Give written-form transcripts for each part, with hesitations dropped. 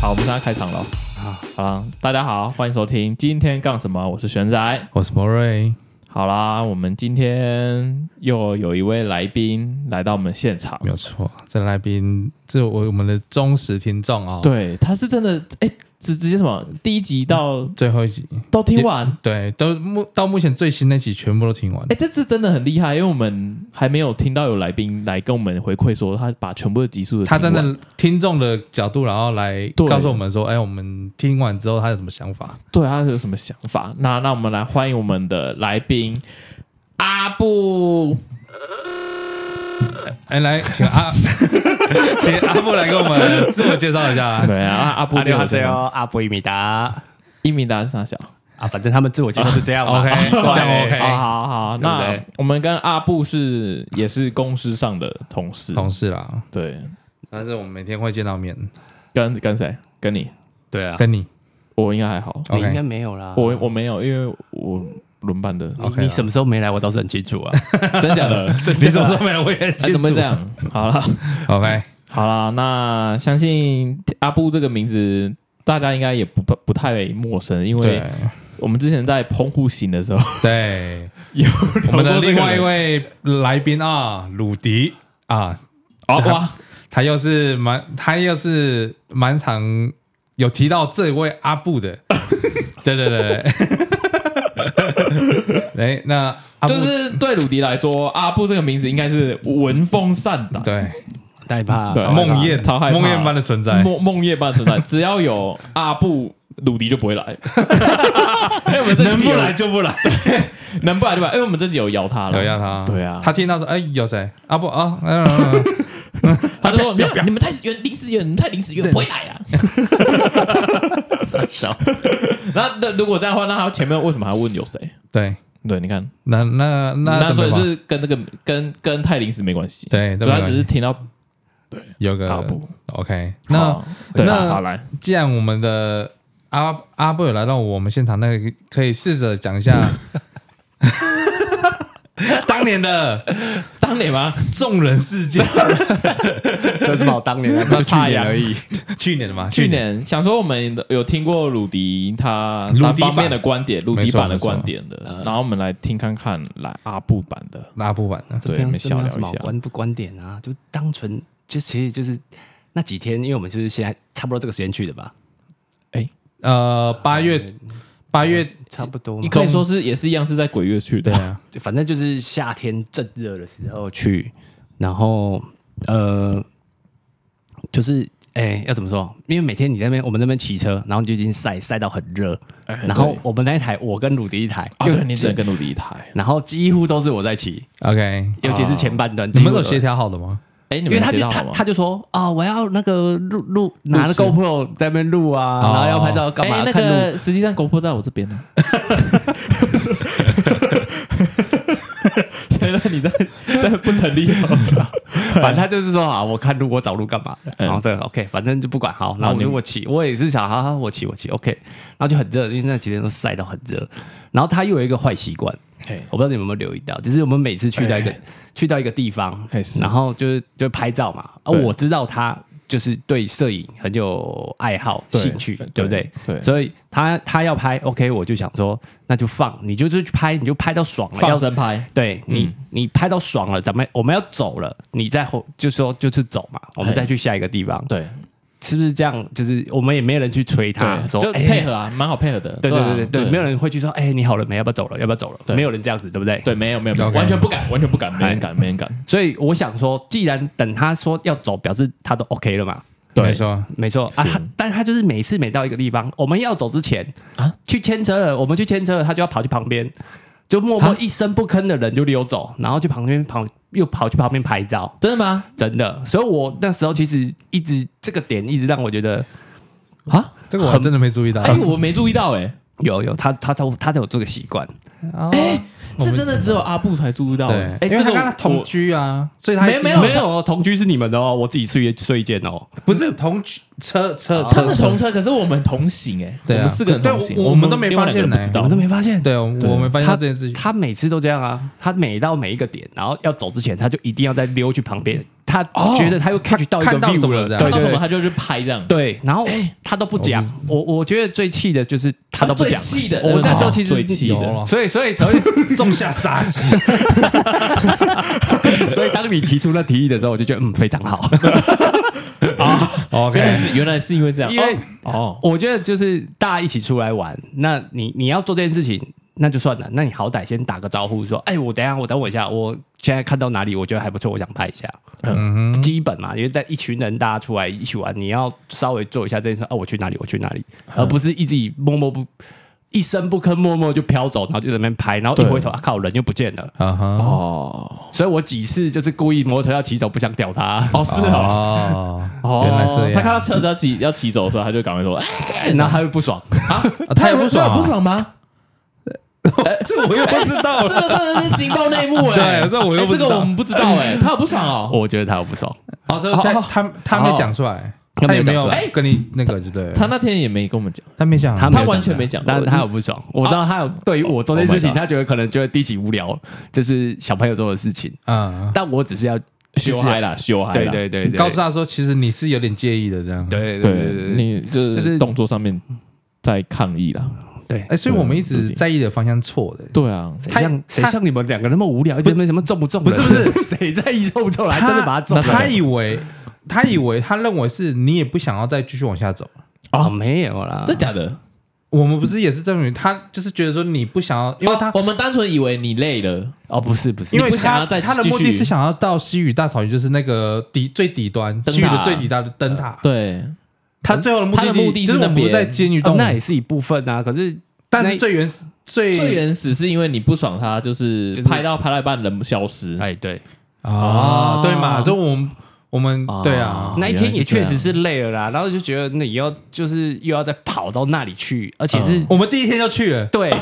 好，我们现在开场了。好，大家好，欢迎收听今天干什么？我是玄仔， 我是博瑞。 好啦，我们今天又有一位来宾来到我们现场， 没有错，这来宾是我们的忠实听众哦。 对，他是真的，直接什么第一集到最后一集都听完， 对，到目前最新那集全部都听完。 这次真的很厉害，因为我们还没有听到有来宾来跟我们回馈说他把全部的集数的他站在听众的角度，然后来告诉我们说，我们听完之后他有什么想法？ 对，他有什么想法？那我们来欢迎我们的来宾阿布。 来，请阿布来跟我们自我介绍一下。 对啊，阿布， 你好，阿布伊米达， 伊米达是啥小啊？反正他们自我介绍是这样嘛。 OK， 这样 OK。 好，那我们跟阿布也是公司上的同事啦。 对， 但是我们每天会见到面。 跟谁？跟你？ 对啊， 跟你。 我应该还好， 你应该没有啦。 我没有，因为我轮班的。 你什么时候没来，我倒是很清楚啊。 真假的？ 你什么时候没来，我也很清楚。 怎么会这样？好了 ，OK， 好了，那相信阿布这个名字大家应该也不太陌生，因为我们之前在澎湖行的时候， 对， 有我们的另外一位来宾啊，鲁迪啊，哇，他又是蛮常有提到这位阿布的，对。那就是对鲁迪来说，阿布这个名字应该是闻风丧胆， 对， 害怕， 梦魇般的存在， 梦魇般的存在。只要有阿布，鲁迪就不会来。 我们能不来就不来， 对，能不来就不来。因为我们这集有邀他了， 有邀他， 对啊。 他听到说，有谁？阿布啊， 他就说你们太临时约，不会来啊。 傻笑。 那如果这样的话，那他前面为什么还要问有谁？ 对， 你看， 那所以是跟这个跟太临时没关系。 对， 他只是听到有个阿布 OK。 那好来， 既然我们的阿布有来到我们现场，那可以试着讲一下当年吗？众人事件， 这是把我当年的，去年而已。 去年的嘛， 去年想说我们有听过鲁迪他方面的观点，鲁迪版的观点的，然后我们来听看看来阿布版的，对，我们小聊一下观点啊，就单纯其实就是那几天，因为我们就是现在差不多这个时间去的吧。 8月差不多， 你可以说是也是一样是在鬼月去的， 对啊， 反正就是夏天正热的时候去，然后就是要怎么说？因为每天我们那边骑车，然后就已经晒到很热，然后我们那一台我跟鲁迪一台， 对，你只能跟鲁迪一台， 然后几乎都是我在骑 ，OK， 尤其是前半段， 你们有协调好的吗？ 因为他就说我要那个录拿着 GoPro 在那边录啊，然后要拍照干嘛？ 那个实际上 GoPro 在我这边呢。现在你在不成立， 反正他就是说我看路我找路干嘛的，然后对 OK， 反正就不管好，然后我骑，我也是想好我骑 OK， 然后就很热，因为那几天都晒到很热，然后他又有一个坏习惯，我不知道你们有没有留意到，就是我们每次去到一个地方，然后就拍照嘛，我知道他就是对摄影很有爱好兴趣，对不对？对，所以他要拍 OK， 我就想说那就放，你就是去拍，你就拍到爽了， 放生拍， 对你拍到爽了，我们要走了，你再就说就是走嘛，我们再去下一个地方， 对。 是不是这样？就是我们也没有人去催他，说就配合啊，蛮好配合的。 对，没有人会去说，你好了没？要不要走了？没有人这样子，对不对？ 对，没有，完全不敢，没人敢。 所以我想说，既然等他说要走，表示他都 OK 了嘛。 对， 没错啊。但他就是每到一个地方，我们要走之前去牵车了，我们去牵车了，他就要跑去旁边，就默默一声不吭的人就溜走，然后去旁边又跑去旁边拍照。 真的吗？ 真的。所以我那时候其实这个点一直让我觉得这个我真的没注意到。 我没注意到有他有这个习惯。 这真的只有阿布才注意到。 对，因为他跟他同居啊，所以他没有同居是你们的哦，我自己睡一间哦， 不是同居车， 他们同车，可是我们同行我们4个人同行， 我们都没发现呢， 我们都没发现， 对，我没发现这件事情。 他每次都这样啊，他每到每一个点，然后要走之前，他就一定要再溜去旁边， 他觉得他又 catch 到一个 view 了， 看到什么他就去拍这样。 对，然后他都不讲。我觉得最气的就是他都不讲。 最气的， 我那时候其实最气的， 所以种下杀机。 所以当你提出那提议的时候，我就觉得非常好。 OK，原来是因为这样， 因为我觉得就是大家一起出来玩，那你要做这件事情。那就算了，那你好歹先打个招呼，说，我等我一下，我现在看到哪里我觉得还不错，我想拍一下，基本嘛，因为在一群人大家出来一起玩，你要稍微做一下这件事，我去哪里，而不是一直默默不一声不吭，默默就飘走，然后就在那边拍，然后一回头，靠，人就不见了。所以我几次就是故意摩托车要骑走，不想屌他。 原来这样。 他看到车子要骑走的时候，他就赶快说， 然后他会不爽啊，他也不爽， 不爽吗？ 这我又不知道， 这个真的是警报内幕对，这我又不知道， 这个我们不知道他有不爽哦。 我觉得他有不爽。 他没讲出来，他也没有跟你那个，就对。 他那天也没跟我们讲， 他没讲， 他完全没讲， 但是他有不爽。我知道他有对于我做这件事情，他可能觉得低级无聊，就是小朋友做的事情。但我只是要羞嗨啦， 对， 告诉他说，其实你是有点介意的，这样。 对， 你就是动作上面在抗议啦。 对， 所以我们一直在意的方向错的。 对啊， 谁像你们两个那么无聊，一直没什么重不重的？ 不是， 谁在意重不重？还真的把它重了。 他认为是你也不想要再继续往下走没有啦， 这假的？ 我们不是也是证明他就是觉得说你不想要，因为我们单纯以为你累了不是， 因为不想要再继续。 他的目的是想要到西屿大草原，就是那个最底端，西屿的最底端的灯塔。 对。 他最后的目的是我们不在监狱动物， 那也是一部分啊。可是， 但是最原始是因为你不爽他，就是拍到一半人消失。 对对嘛？所以我们对啊， 那一天也确实是累了啦，然后就觉得那又要再跑到那里去，而且是我们第一天就去了， 对。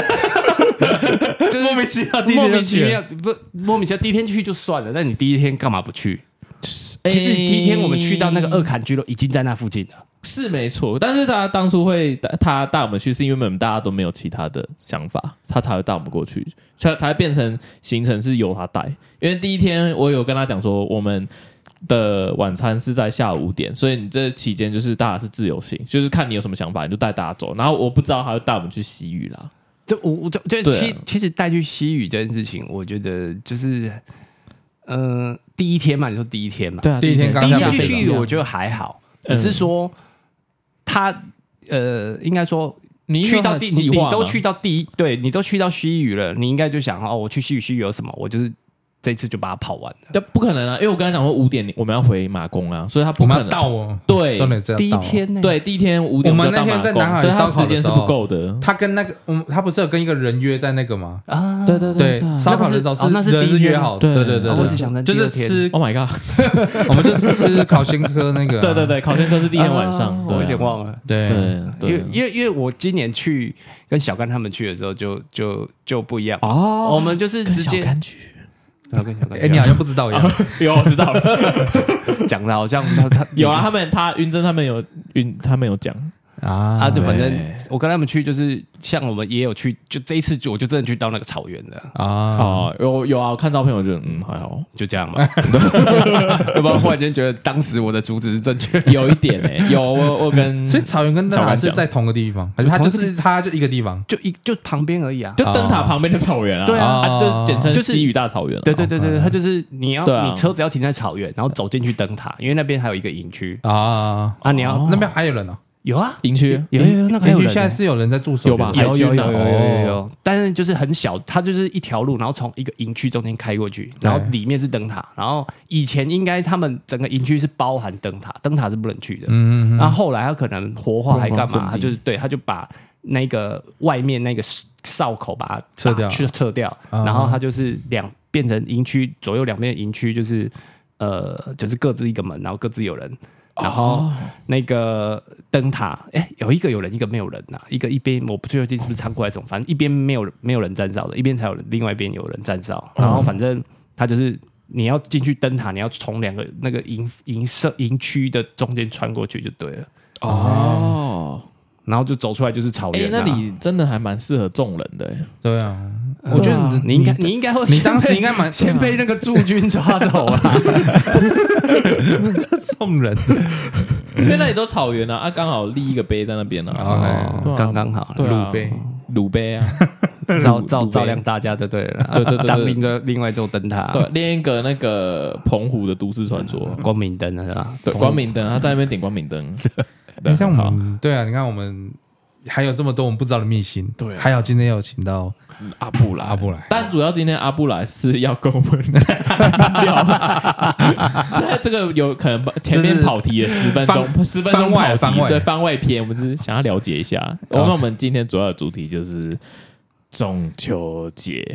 就是莫名其妙，莫名其妙，第一天去就算了，那你第一天干嘛不去？其实第一天我们去到那个二坎居都已经在那附近了， 是没错。但是他当初他带我们去，是因为我们大家都没有其他的想法，他才会带我们过去，才变成行程是由他带。因为第一天我有跟他讲说，我们的晚餐是在下午5点，所以你这期间就是大家是自由行，就是看你有什么想法，你就带大家走。然后我不知道他会带我们去西屿啦。 其实带去西屿这件事情，我觉得就是第一天嘛，你说第一天嘛， 对啊， 第一天去我觉得还好，只是说他应该说你去到你都去到你都去到西屿了，你应该就想我去西屿有什么，我就是这次就把它跑完了。 不可能啊，因为我刚才讲说5点我们要回马公啊，所以他不可能到哦。 对， 第一天呢？ 对，第一天5点我们那天在南海烧烤的时候， 所以他时间是不够的。 他跟那个他不是有跟一个人约在那个吗？ 对， 烧烤的时候那是第一天约好，对， 我是想就是吃 ，Oh my god， 我们就是吃烤鲜科那个， 对，烤鲜科是第一天晚上， 我有点忘了， 对， 因为我今年去跟小甘他们去的时候就不一样哦， 我们就是直接。 你好像不知道一样， 有我知道了， 讲的好像他有啊，云珍他们有讲就反正我跟他们去，就是像我们也有去，就这一次我就真的去到那个草原了有啊，我看照片我觉得还好， 就这样嘛。要不然忽然间觉得当时我的主旨是正确， 有一点有我跟所以草原跟灯塔是在同个地方，还是它就一个地方， 就旁边而已啊， 就灯塔旁边的草原啊， 对啊， 就简称西屿大草原了。 对，它就是你车子要停在草原，然后走进去灯塔，因为那边还有一个营区你要那边还有人哦。 有啊， 营区有那个营区现在是有人在驻守， 有吧？ 有，但是就是很小，它就是一条路，然后从一个营区中间开过去，然后里面是灯塔，然后以前应该他们整个营区是包含灯塔，灯塔是不能去的，然后后来他可能活化还干嘛，他就把那个外面那个哨口把它撤掉，然后他就是变成营区，左右两边的营区就是各自一个门，然后各自有人。然后那个灯塔，有一个有人，一个没有人呐。一边我不确定是不是仓库还是什么，反正一边没有人站哨的，一边才有人，另外一边有人站哨。然后反正他就是你要进去灯塔，你要从2个那个营区的中间穿过去就对了。 然后就走出来就是草原。 那你真的还蛮适合种人的。 对啊，我觉得你应该会， 你当时应该先被那个驻军抓走了， 种人， 因为那里都草原啊，刚好立一个碑在那边啊， 刚刚好， 鲁碑啊， 照亮大家就对了， 对， 当兵的另外一座灯塔， 对，另一个那个澎湖的都市传说， 光明灯是吧？ 对，光明灯，他在那边点光明灯。 像我们对啊，你看我们还有这么多我们不知道的秘辛， 对， 还好今天有请到阿布来，但主要今天阿布来是要跟我们聊，这个有可能前面跑题了10分钟跑题，对番外篇，我们只是想要了解一下。我们今天主要的主题就是中秋节。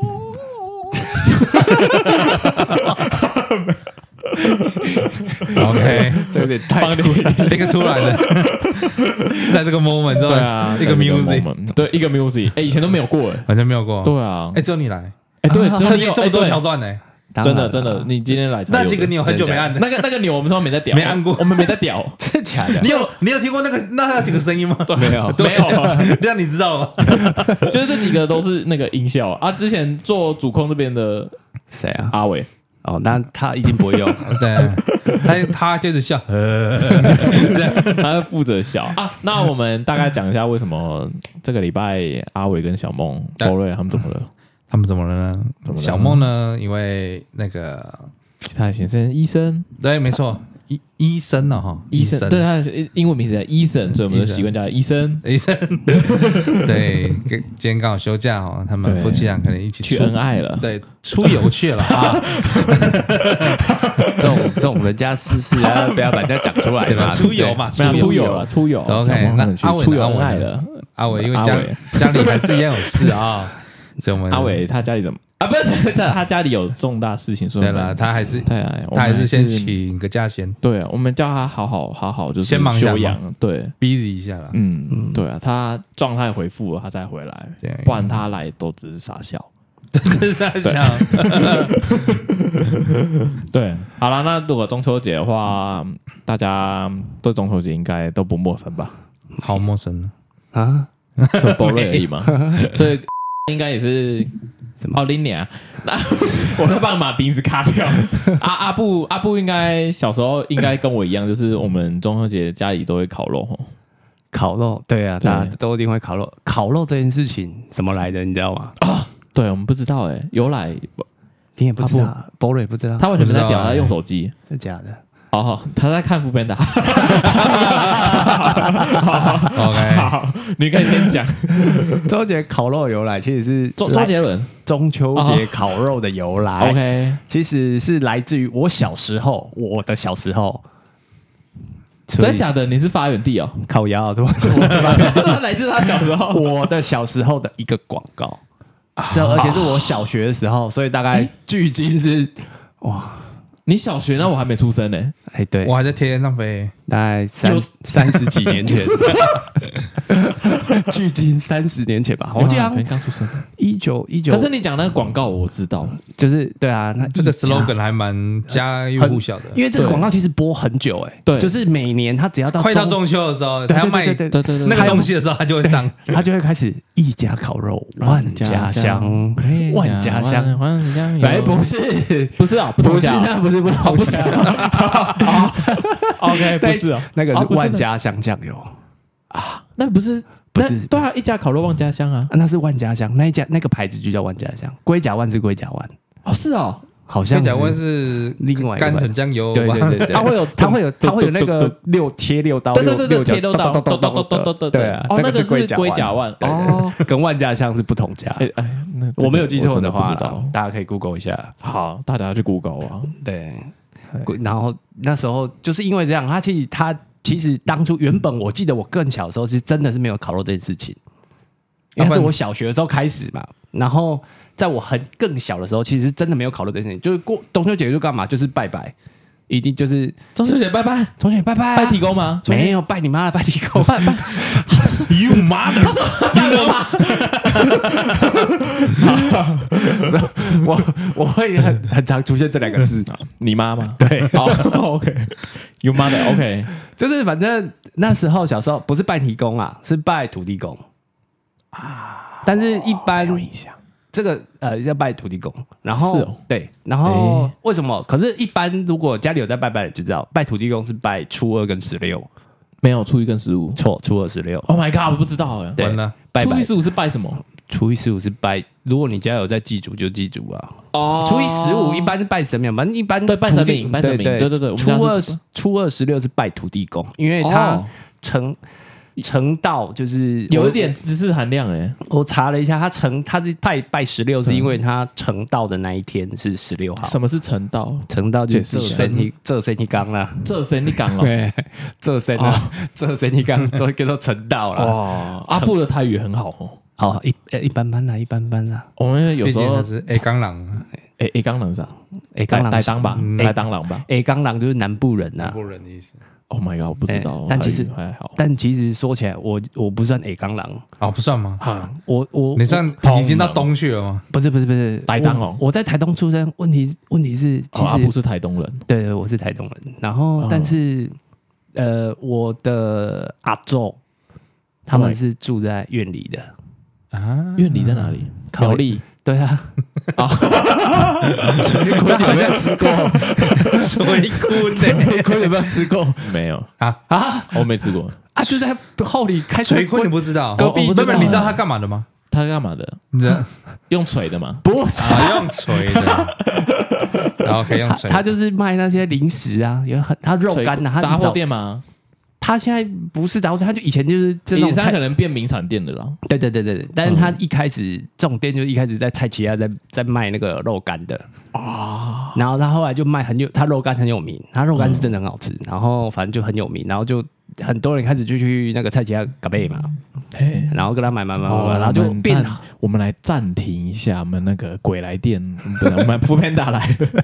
OK， 这有点太这个出来的，在这个 moment 之后， 对啊， 一个 music， 对，一个 music， 以前都没有过， 完全没有过， 对啊， 只有你来， 对，只有你有这么多桥段呢， 真的，你今天来那几个你有很久没按的， 那个钮我们都没在屌， 没按过， 我们没在屌， 真的假的？ 你有听过那几个声音吗？ 对，没有， 让你知道了， 就是这几个都是那个音效啊。之前做主控这边的谁啊？ 阿伟。 哦，那他一定不会用， 对，他就是笑， 他负责笑啊。那我们大概讲一下为什么这个礼拜阿伟跟小梦、波瑞他们怎么了？ 他们怎么了呢？小梦呢？因为那个他先生医生， 对，没错，医生呢哈， 医生，对，他的英文名字叫医生，所以我们就习惯叫医生。 对，今天刚好休假哦，他们夫妻俩可能一起去恩爱了， 对，出游去了啊。 这种人家私事啊，不要把人家讲出来嘛。 出游嘛， 出游。 OK， 那阿伟出游恩爱了， 阿伟因为家里还是也有事啊，所以我们阿伟他家里怎么？啊，不是，他家里有重大事情，所以对了，他还是先请个假先。 对啊，我们叫他好好，就是先忙休养，对 ，busy 一下了。 对啊，他状态恢复了，他再回来，不然他来都只是傻笑， 只是傻笑。 对，好了，那如果中秋节的话，大家对中秋节应该都不陌生吧？ 好陌生啊， 就波瑞而已嘛，所以应该也是。哦，林年，那我会帮把鼻子卡掉。阿布应该小时候应该跟我一样，就是我们中秋节家里都会烤肉。 烤肉，对啊，大家都一定会烤肉。烤肉这件事情怎么来的，你知道吗？ 对，我们不知道由来， 你也不知道，波瑞也不知道， 他完全没在屌，他用手机， 真假的？ 哦，他在看副班打。 OK， 好，你可以先讲。 中秋节烤肉的由来其实是周杰伦中秋节烤肉的由来。 OK， 其实是来自于我的小时候。 真的假的？你是发源地哦？ 烤鸭怎么来自他小时候？ 我的小时候的一个广告，而且是我小学的时候，所以大概距今是哇。 你小学那我还没出生呢， 对， 我还在天上飞， 大概30几年前，距今30年前吧，我记得刚出生 ，19。 可是你讲那个广告我知道， 就是对啊，那这个 slogan 还蛮家喻户晓的， 因为这个广告其实播很久对， 就是每年他只要快到中秋的时候，他要卖对那个东西的时候，他就会上， 他就会开始一家烤肉万家香，万家香，哎，不是啊，不是那不是不是 ，OK， 不是哦， 那个是万家香酱油啊，那不是对啊，一家烤肉万家香啊， 那是万家香，那个牌子就叫万家香，龟甲万是龟甲万， 哦是哦。 好像龟甲万是另外甘醇酱油， 对，它会有那个贴6刀， 对，贴6刀， 对啊， 那个是龟甲万， 哦，跟万家香是不同家，我没有记错的话，大家可以 Google 一下， 好，大家去 Google 啊， 对，然后那时候就是因为这样，他其实当初原本我记得我更小的时候是真的是没有烤肉这件事情，因为是我小学的时候开始嘛，然后。在我更小的时候，其实真的没有烤肉这件事情，就是过中秋节就干嘛，就是拜拜，一定就是中秋节拜拜， 中秋节拜拜， 拜提公吗？ 没有拜你妈的拜提公， 拜 You mother！ 我会很常出现这两个字， 你妈吗？ 对， 好，OK，You mother，OK， 就是反正那时候小时候不是拜地公啊，是拜土地公啊。但是一般有印象， 这个要拜土地公，然后是哦对，然后为什么？可是，一般如果家里有在拜拜的就知道，拜土地公是拜初2跟16， 没有初1跟15， 错，初2、16。 Oh my god， 我不知道哎。 对， 完了， 拜初1、15是拜什么？ 初1、15是拜，如果你家有在祭祖就祭祖啊。 哦初1、15一般是拜神明，反正一般对拜神明，拜神明，对。 初2、16是拜土地公，因为他成道就是有一点知识含量哎。 我查了一下，他是拜16，是因为他成道的那一天是16号。 什么是成道？ 成道就是这身体刚啦， 这身你讲哦， 对，这身啊，这身体刚就叫做成道了。 哇，阿布的台语很好哦。 好，一般般啦，一般般啦。 我们有时候是 A 钢狼 ，A 钢人啥 ？A 来当吧，来当狼吧。 A 钢狼就是南部人呐， 南部人的意思。 Oh my god， 我不知道， 但其实还好。 但其实说起来，我不算 A 钢狼哦，不算吗？ 我你算已经到东去了吗？ 不是台东哦， 我在台东出生。问题是，其实阿布是台东人， 对，我是台东人。然后，但是我的阿祖他们是住在院里的啊， 院里在哪里？苗栗。 对啊， 水坤有没有吃过？ 水坤有没有吃过？ 没有啊， 我没吃过啊，就在后里开水坤，你不知道？ 隔壁你知道他干嘛的吗？ 他干嘛的？ 你知道用锤的吗？ 不是用锤的，然后可以用锤。 他就是卖那些零食啊，他肉干啊， 杂货店吗？ 他现在不是杂货店，他就以前就是这种可能变名产店的了。 对，但是他一开始这种店就一开始在菜奇亚在卖那个肉干的啊，然后他后来就卖他肉干很有名，他肉干是真的很好吃，然后反正就很有名，然后就很多人开始就去那个菜奇亚咖啡嘛，然后跟他买，然后就变。 我们来暂停一下，我们那个鬼来电，我们Foodpanda来了。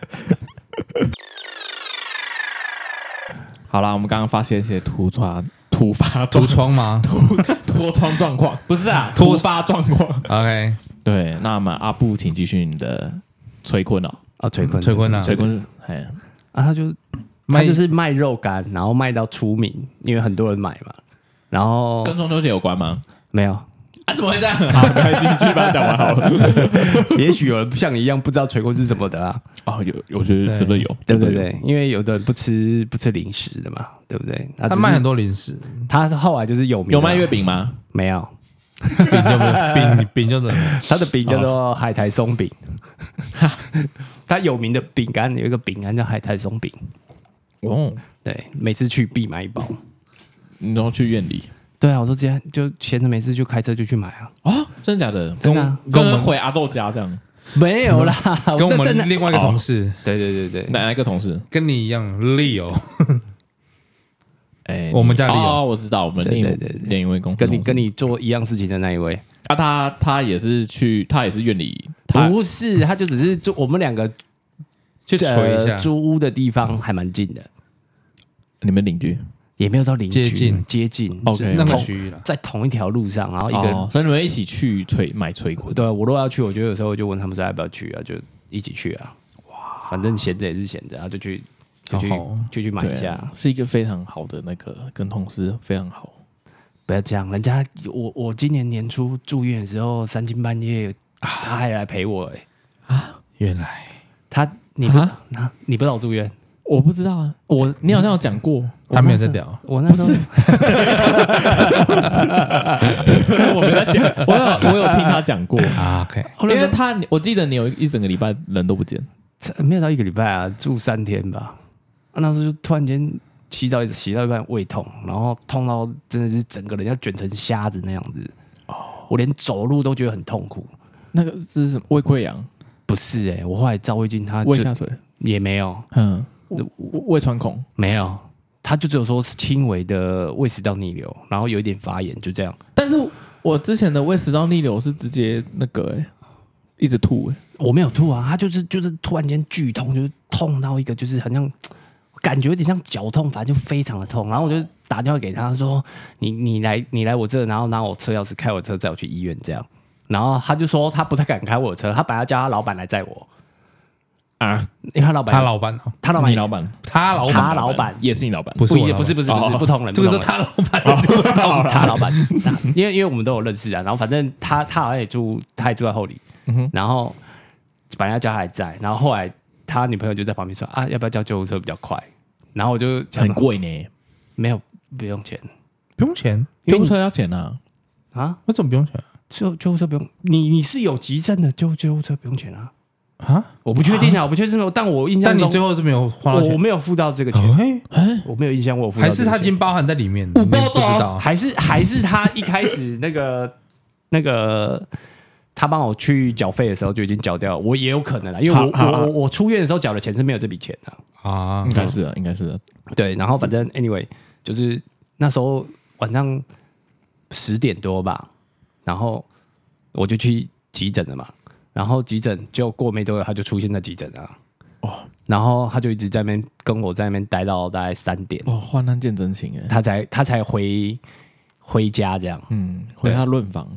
好啦，我们刚刚发现一些突发疮吗？ 脱疮状况不是啊，突发状况。 OK， 对，那么阿布，请继续你的催婚哦。 催婚是他就是卖肉干，然后卖到出名，因为很多人买嘛。然后跟中秋节有关吗？ 没有啊，怎么会这样？好，没关系，继续把它讲完好了。 也许有人像你一样不知道催婚是什么的啊。 哦，我觉得真的有， 对，因为有的人不吃零食的嘛，对不对？ 他卖很多零食， 他后来就是有名。 有卖月饼吗？ 没有， 饼就是他的饼叫做海苔松饼。他有名的饼干有一个饼干叫海苔松饼。 哦， 对，每次去必买一包。 你都去院里？ 对啊，我说今天就闲着没事就开车就去买啊。 啊，真的假的？ 真的啊， 跟我们回阿豆家这样？ 没有啦， 跟我们另外一个同事。 对， 哪一个同事？ 跟你一样 ，Leo。 我们家 Leo。 哦，我知道，我们另一位公司跟你做一样事情的那一位。 啊，他也是院里。 不是，他就只是我们两个去捶一下。 租屋的地方还蛮近的。 你们邻居？ 也没有到邻居，接近 ，OK， 那个区域了， 在同一条路上，然后一个， 所以你们一起去买催婚。 对，我如果要去，我觉得有时候就问他们说要不要去啊，就一起去啊。哇，反正闲着也是闲着，然后就去买一下， 是一个非常好的那个跟同事非常好。 不要这样，人家我今年年初住院的时候3更半夜，他还来陪我原来你不知道我住院？ 我不知道啊，你好像有讲过， 他没有在聊。 我那时候我没在讲，我有听他讲过啊。OK， 因为我记得你有一整个礼拜人都不见， 没有到1个礼拜啊，住3天吧。那时候就突然间洗澡洗到一半胃痛，然后痛到真的是整个人要卷成虾子那样子。我连走路都觉得很痛苦。 那个是什么胃溃疡？ 不是我后来照胃镜，他胃下垂也没有。 胃穿孔没有，他就只有说是轻微的胃食道逆流，然后有一点发炎，就这样。 但是我之前的胃食道逆流是直接那个一直吐我没有吐啊，他就是突然间剧痛，就是痛到一个就是好像感觉有点像脚痛，反正就非常的痛。然后我就打电话给他说：“你来我这，然后拿我车钥匙开我车载我去医院这样。”然后他就说他不太敢开我的车，他本来要叫他老板来载我啊，因为他老板你老板， 他老板也是你老板， 不是不同人， 这个是他老板， 他老板，因为我们都有认识啊。然后反正他好像他也住在后里，然后本来要叫他来载，然后后来他女朋友就在旁边说啊，要不要叫救护车比较快？然后我就很贵呢， 没有不用钱， 救护车要钱啊？ 啊？为什么不用钱？ 救护车不用，你是有急症的，救护车不用钱啊？啊？我不确定啊，我不确定，但我印象中， 但你最后是没有花到钱， 我没有付到这个钱，我没有印象，我付到还是他已经包含在里面， 我不知道， 还是他一开始那个。他帮我去缴费的时候就已经缴掉了，我也有可能啦，因为我出院的时候缴的钱是没有这笔钱的啊，应该是的， 对，然后反正 anyway 就是那时候晚上10点多吧，然后我就去急诊了嘛，然后急诊就过没多久他就出现在急诊啊，然后他就一直在那边跟我在那边待到大概3点， 患难见真情哎， 他才回家这样， 回他论房。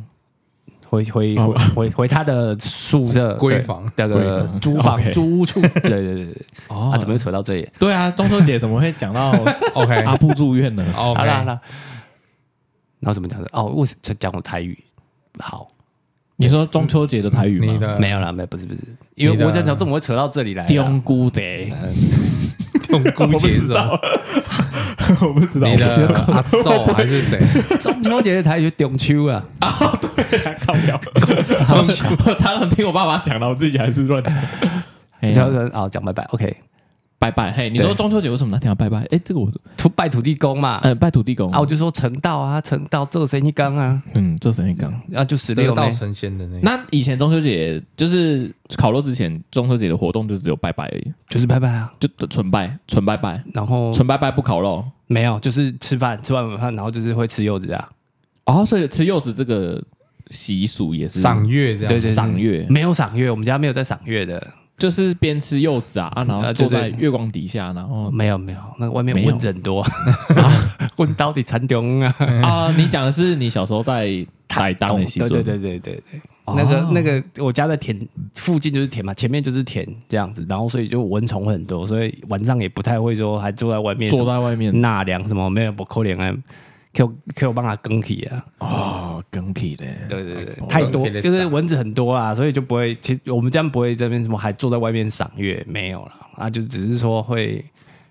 回他的宿舍闺房那个租屋处，对，他怎么会扯到这里？ 对啊，中秋节怎么会讲到 OK 阿布住院呢？ 好啦，然后怎么讲的？我讲我台语好。 你说中秋节的台语吗？ 没有啦，不是，因为我在讲怎么会扯到这里来？ 中秋节， 中秋节是吧？ 我不知道， 你的阿宙还是谁？ 中秋节的台语中秋啊！ 对啊，靠腰，我常常听我爸爸讲的，我自己还是乱讲。 你知道讲拜拜 ，OK， 拜拜。嘿，你说中秋节为什么那天要拜拜？这个我拜土地公嘛， 拜土地公啊，我就说成道这神一缸啊， 这神一缸啊，就16 道成仙的那以前中秋节就是烤肉之前，中秋节的活动就只有拜拜而已， 就是拜拜啊， 就纯拜拜， 然后纯拜拜不烤肉， 没有，就是吃完晚饭，然后就是会吃柚子啊。 所以吃柚子这个习俗也是赏月这样， 对， 赏月没有赏月，我们家没有在赏月的， 就是边吃柚子然后坐在月光底下，然后没有，那个外面蚊子很多，蚊到底残中啊！ 你讲的是你小时候在台东的习俗， 对，那个我家在田附近就是田嘛，前面就是田这样子，然后所以就蚊虫会很多，所以晚上也不太会说还坐在外面纳凉什么，没有不可怜啊。可以帮他更起啊！ 更起的， 对，太多就是蚊子很多啦，所以就不会。其实我们这样不会这边什么还坐在外面赏月，没有啦，就只是说会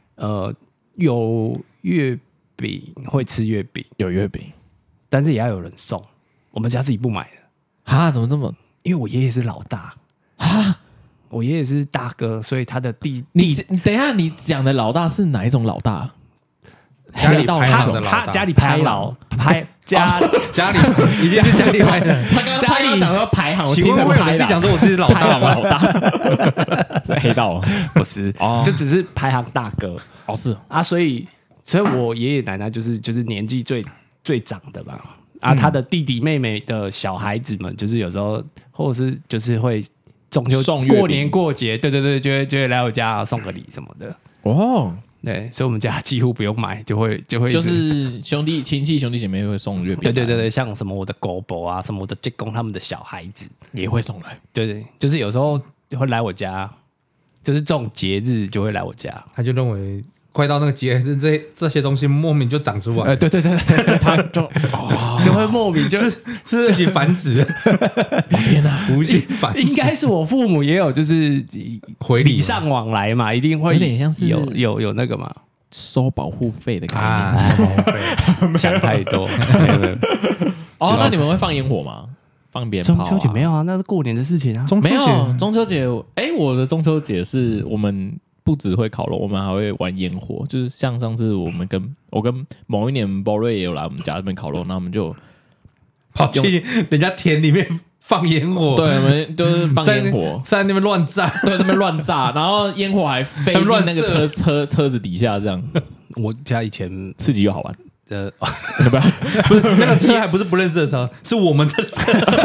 有月饼会吃月饼， 有月饼， 但是也要有人送。我们家自己不买的怎么这么？ 因为我爷爷是老大我爷爷是大哥，所以他的你等一下，你讲的老大是哪一种老大？ 家里拍老的他家里拍老家里已经是家里拍的。 他刚刚讲说排行，我听成我自己讲说我自己老大吗？ 老大是黑道不是就只是排行大哥是啊，所以我爷爷奶奶就是年纪最长的吧他的弟弟妹妹的小孩子们，就是有时候或者是就是会中秋过年过节，对，就会来我家送个礼什么的对，所以我们家几乎不用买，就会就是亲戚兄弟姐妹会送月饼， 对，像什么我的狗伯什么我的舅公他们的小孩子也会送来， 对，就是有时候会来我家，就是这种节日就会来我家， 他就认为快到那个节日，这些东西莫名就长出来， 对，他就会莫名就自己繁殖， 天哪， 无限繁殖。 应该是我父母也有，就是回礼尚往来嘛，一定会有点像是有那个嘛， 收保护费的概念， 想太多。 那你们会放烟火吗？放鞭炮？ 中秋节没有啊，那是过年的事情啊。 没有中秋节，我的中秋节是我们不只会烤肉，我们还会玩烟火。就是像上次我跟某一年包瑞也有来我们家这边烤肉，那我们就跑去人家田里面放烟火， 对，我们就是放烟火， 在那边乱炸， 对，那边乱炸，然后烟火还飞进那个车子底下，这样。 我家以前刺激又好玩。 不是那个车还不是不认识的车，是我们的车。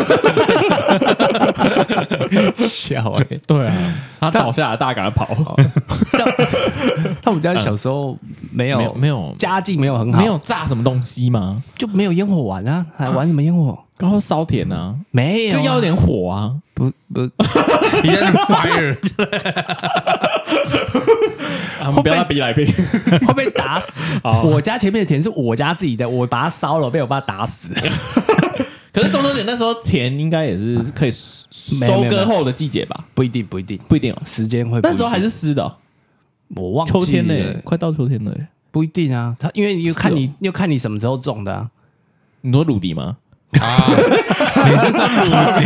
笑哎， 对啊，他倒下来，大家赶快跑。 他们家小时候没有家境没有很好， 没有炸什么东西吗？ 就没有烟火玩啊，还玩什么烟火？ 然后烧田啊， 没有， 就要点火啊。 不你在 fire， 不要逼来逼， 会被打死。我家前面的田是我家自己的，我把它烧了，被我爸打死。 可是中秋节那时候田应该也是可以收割后的季节吧？ 不一定哦， 时间会。 那时候还是湿的， 我忘记了。 秋天嘞，快到秋天了， 不一定啊。他因为你又看你什么时候种的啊？ 你说鲁迪吗？ 啊，你是说鲁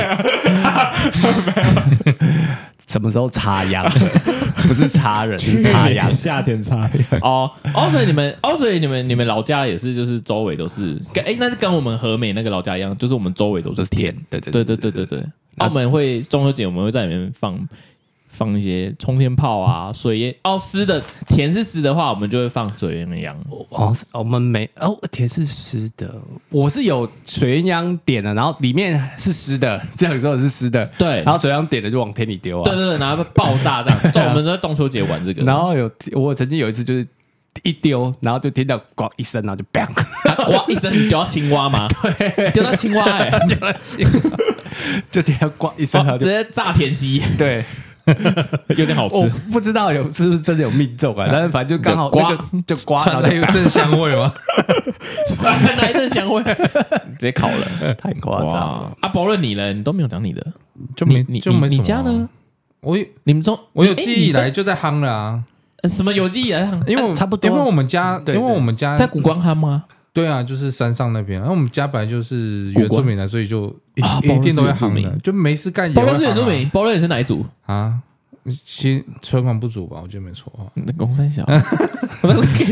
迪？ 什么时候插秧？不是插人，是插秧。 夏天插秧。所以你们老家也是，就是周围都是，那是跟我们和美那个老家一样，就是我们周围都是田。对。我们会中秋节我们会在里面放一些冲天炮啊，水烟湿的田是湿的话，我们就会放水鸳鸯。 我们没田是湿的，我是有水鸳鸯点的，然后里面是湿的，这样说是湿的， 对， 然后水鸯点了就往田里丢啊， 对，然后爆炸这样。我们在中秋节玩这个， 然后我曾经有一次就是一丢，然后就听到呱一声，然后就 bang， 呱一声，你丢到青蛙吗？对，丢到青蛙丢到青蛙， 就听到呱一声， 直接炸田鸡， 对。 有点好吃， 我不知道是不是真的有命中啊？但是反正就刚好刮就刮， 传来一阵香味吗？ 传来一阵香味，直接烤了， 太夸张了。 包润你了，你都没有讲你的， 就没你家呢？我有记忆以来就在夯了啊。 什么有记忆以来夯？ 因为差不多， 因为我们家在古关夯吗？ 对啊，就是山上那边。然后我们家本来就是原住民的，所以就一定都要夯的，就没事干。 包润是原住民，包润也是哪一族啊？其存款不足吧，我觉得没错。 公三小， 我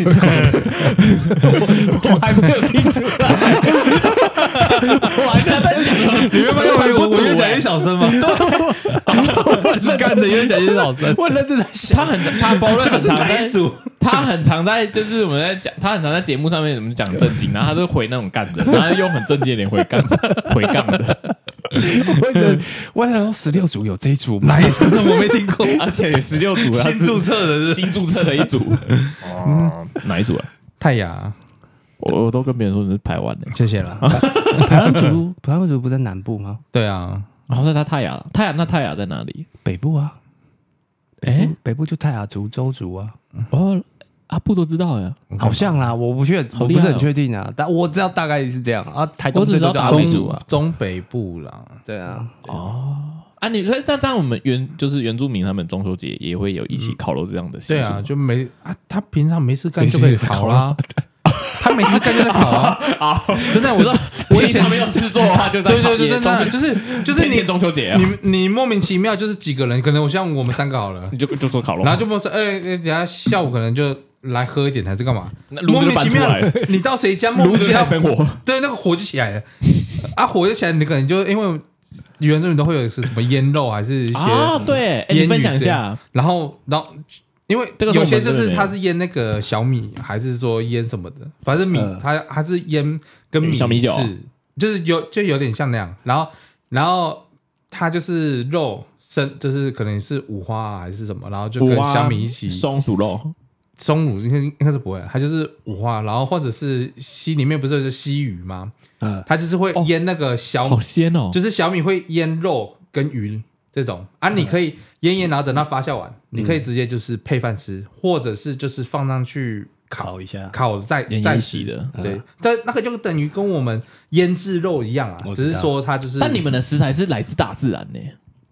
还没有听出来，我还在讲， 你没发现我越讲越小声吗？对，干的越讲越小声。 我认真在想， 他包润很常在，他很常在，就是我们在讲，他很常在节目上面我们讲正经，然后他就回那种干的，然后用很正经的脸回杠的。 我想说16组有这一组吗？ 哪一组我没听过， 而且有16组新注册的一组。哪一组啊？ 泰雅， 我都跟别人说你是台湾的， 谢谢了。 台湾族不在南部吗？ 对啊， 然后在泰雅，那泰雅在哪里？ 北部啊。北部就泰雅族、周族啊。 阿布都知道呀， 好像啦，我不是很确定啊，但我知道大概是这样啊。台东只知道阿美族啊， 中北部啦， 对啊， 你所以这样我们就是原住民他们中秋节也会有一起烤肉这样的习俗， 对啊，就他平常没事干就可以烤啦。他没事干就在烤啊！真的，我说我以前没有事做的话，就在烤。 就是你中秋节， 你莫名其妙就是几个人，可能像我们3个好了， 你就做烤肉， 然后就莫说等下下午可能就来喝一点还是干嘛？ 莫名其妙， 你到谁家炉子开生火， 对，那个火就起来了火就起来，你可能就因为原住民都会有是什么腌肉还是一些对，你分享一下， 然后。因为有些就是它是腌那个小米，还是说腌什么的，反正米它是腌跟米小米酒， 就是有点像那样。然后它就是肉生，就是可能是五花还是什么，然后就跟小米一起松鼠肉， 松乳应该是不会，它就是五花，然后或者是里面不是有西鱼吗？它就是会腌那个小米， 好鲜哦， 就是小米会腌肉跟鱼。这种你可以腌，然后等它发酵完，你可以直接就是配饭吃，或者是就是放上去烤一下， 烤再洗的。 对，但那个就等于跟我们腌制肉一样啊，只是说它就是。 但你们的食材是来自大自然呢？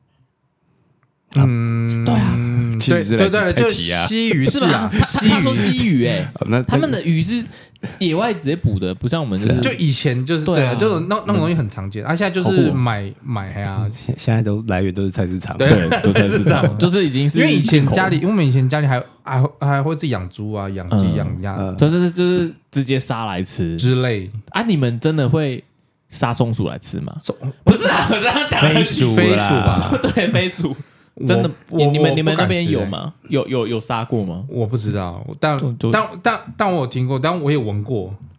对啊， 对，就西鱼是啊， 他说西鱼他们的鱼是野外直接捕的，不像我们就以前就是对啊，就是那种东西很常见，现在就是买啊， 现在都来源都是菜市场， 对，都菜市场，就是已经是因为以前家里，因为我们以前家里还会自己养猪啊、养鸡、养鸭， 就是直接杀来吃之类你们真的会杀松鼠来吃吗？不是啊，我这样讲飞鼠吧， 对，飞鼠。真的，你们那边有吗？有杀过吗？ 我不知道，但我有听过，但我也闻过。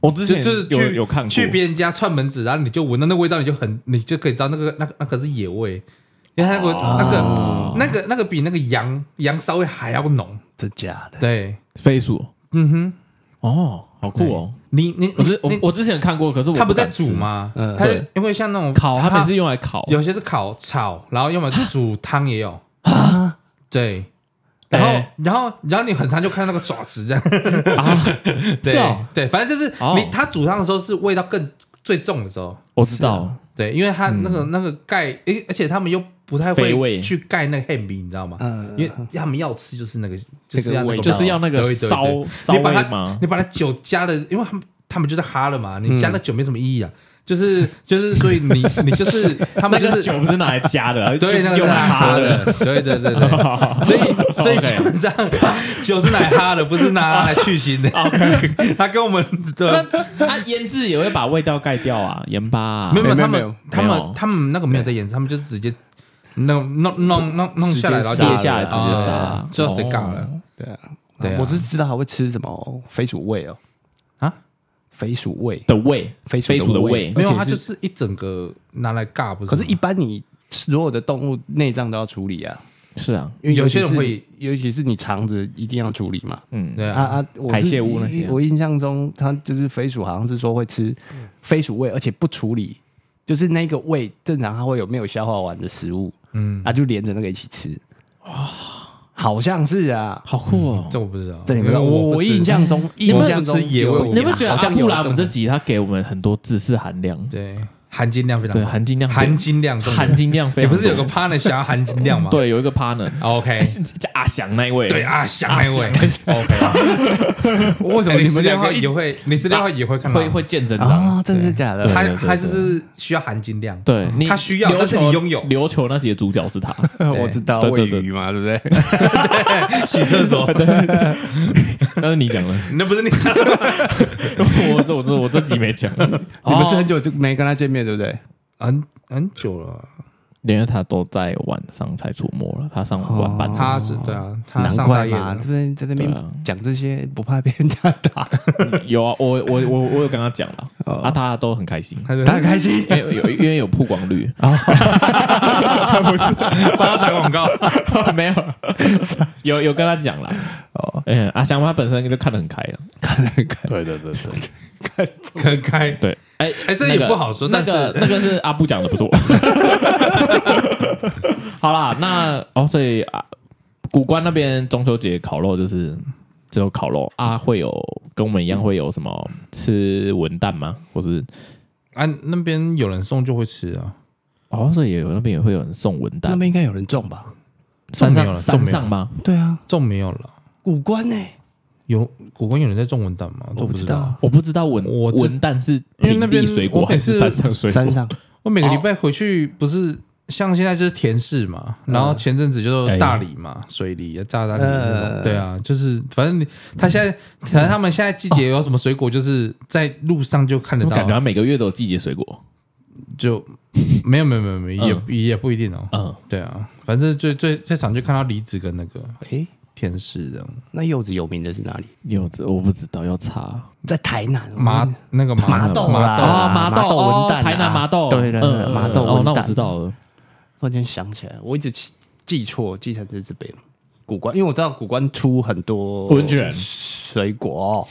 我之前就是有看过， 去别人家串门子，然后你就闻到那味道，你就可以知道那个是野味，因为它那个比那个羊稍微还要浓， 真假的？ 对， 飞鼠，好酷哦！我之前看过，可是我它不在敢吃煮吗？它对， 因为像那种烤，它每次用来烤， 有些是烤炒，然后要么煮汤也有啊， 对。然后你很常就看到那个爪子这样啊， 对对，反正就是它煮汤的时候是味道最重的时候， 我知道， 对，因为它那个盖，而且他们又不太会去盖那个汉米，你知道吗？因为他们要吃就是那个，就是要那个烧味吗？ 你把它酒加的，因为他们就在哈了嘛，你加那酒没什么意义啊。就是，所以你就是他们就是酒不是拿来加的， 对， 就是用来哈的， 对，所以基本上酒是拿来哈的，不是拿来去腥的。他跟我们的他腌制也会把味道盖掉啊，盐巴啊， 没有，他们那个没有在腌制，他们就是直接弄下来，然后跌下来直接杀， 知道谁干了？ 对啊，我是知道还会吃什么飞鼠胃哦。飞鼠胃的胃，飞鼠的胃， 没有，它就是一整个拿来尬，不是？ 可是，一般你所有的动物内脏都要处理啊。 是啊， 因为有些人会， 尤其是你肠子一定要处理嘛。 对啊， 排泄物那些。 我印象中，它就是飞鼠，好像是说会吃飞鼠胃，而且不处理，就是那个胃正常它会有没有消化完的食物，就连着那个一起吃。哇！好像是啊， 好酷哦！ 这我不知道， 这你不知道。我印象中吃野味， 你们觉得阿布拉姆这集他给我们很多知识含量？ 对，含金量非常对，含金量非常多。 你不是有个 partner 想要含金量吗？ 对，有一个 partner。 OK， 阿翔那一位， 对，阿翔那一位。OK， 为什么你们16号也会？你16号也会看到？ 会见真章啊？真的假的？ 他就是需要含金量。 对， 他需要，但是你拥有。 琉球那集的主角是他， 我知道，喂鱼嘛，对不对？ 洗厕所。 那是你讲的， 那不是你讲的。 我这集没讲。 你们是很久就没跟他见面，对不对？ 很久了， 因为他都在晚上才出没了，他上晚班。 他是对啊，他难怪嘛，对不对？在那边讲这些不怕被人家打。 有啊，我有跟他讲了，他都很开心， 他很开心， 因为有曝光率。 不是帮他打广告， 没有，有跟他讲了。阿翔他本身就看得很开了， 看得很开。 对， 很开。 对， 这也不好说。 那个是阿布讲的，不是我。好啦，所以古关那边中秋节烤肉就是只有烤肉啊，会有跟我们一样会有什么吃文旦吗？或是那边有人送就会吃啊。 所以那边也会有人送文旦， 那边应该有人种吧？ 山上吗？ 对啊， 种没有了。 古关呢？ 古关有人在种文旦吗？ 我不知道， 我不知道文旦是平地水果还是山上水果？ 山上。 我每个礼拜回去不是像现在就是田市嘛，然后前阵子就是大梨嘛，水梨、炸大梨那种。对啊，就是反正他现在可能他们现在季节有什么水果，就是在路上就看得到。 感觉每个月都有季节水果， 就没有，也不一定哦。对啊，反正最常就看到梨子跟那个田氏这样。 那柚子有名的是哪里？ 柚子我不知道，要查。 在台南麻豆啦，麻豆文旦， 台南麻豆， 对，麻豆文旦。 那我知道了。 突然间想起来，我一直记成是这边古关，因为我知道古关出很多温泉水果。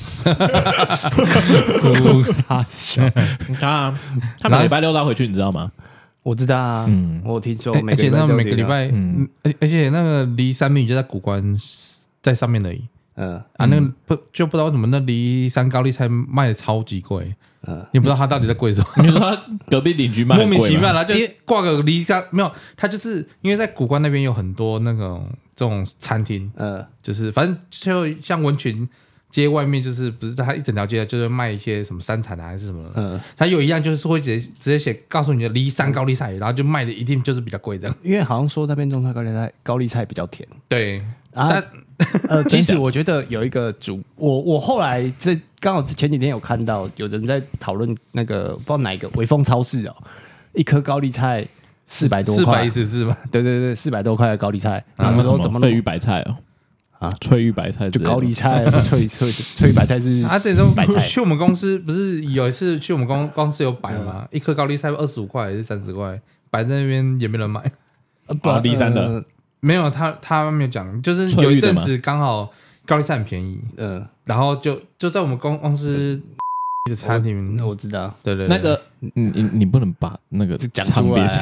古沙小， 你看他每礼拜6都要回去，你知道吗？ 我知道啊，我听说而且那每个礼拜，而且那个离3米就在古关在上面而已。那个不知道为什么那梨山高丽菜卖的超级贵。你不知道他到底在贵什么？ 你说他隔壁邻居卖莫名其妙，然后就挂个梨山，没有，他就是因为在古关那边有很多那种这种餐厅，就是反正就像温泉街外面，就是不是他一整条街就是卖一些什么山产还是什么，他有一样就是会直接写告诉你的梨山高丽菜，然后就卖的一定就是比较贵这样， 因为好像说那边种出来高丽菜比较甜。 对， 其实我觉得有一个我后来刚好前几天有看到有人在讨论那个不知道哪一个微风超市一颗高丽菜400多块 ，400是吧？ 对，400多块的高丽菜， 然后什么鲱鱼白菜翠玉白菜就高丽菜，翠玉白菜是这种白菜。 去我们公司不是有一次去我们公司有摆吗？一颗高丽菜25块还是30块，摆在那边也没人买。 第三的没有，他没有讲，就是有一阵子刚好高丽菜很便宜，然后就在我们公司的餐厅， 我知道， 对， 那个你不能把那个讲出来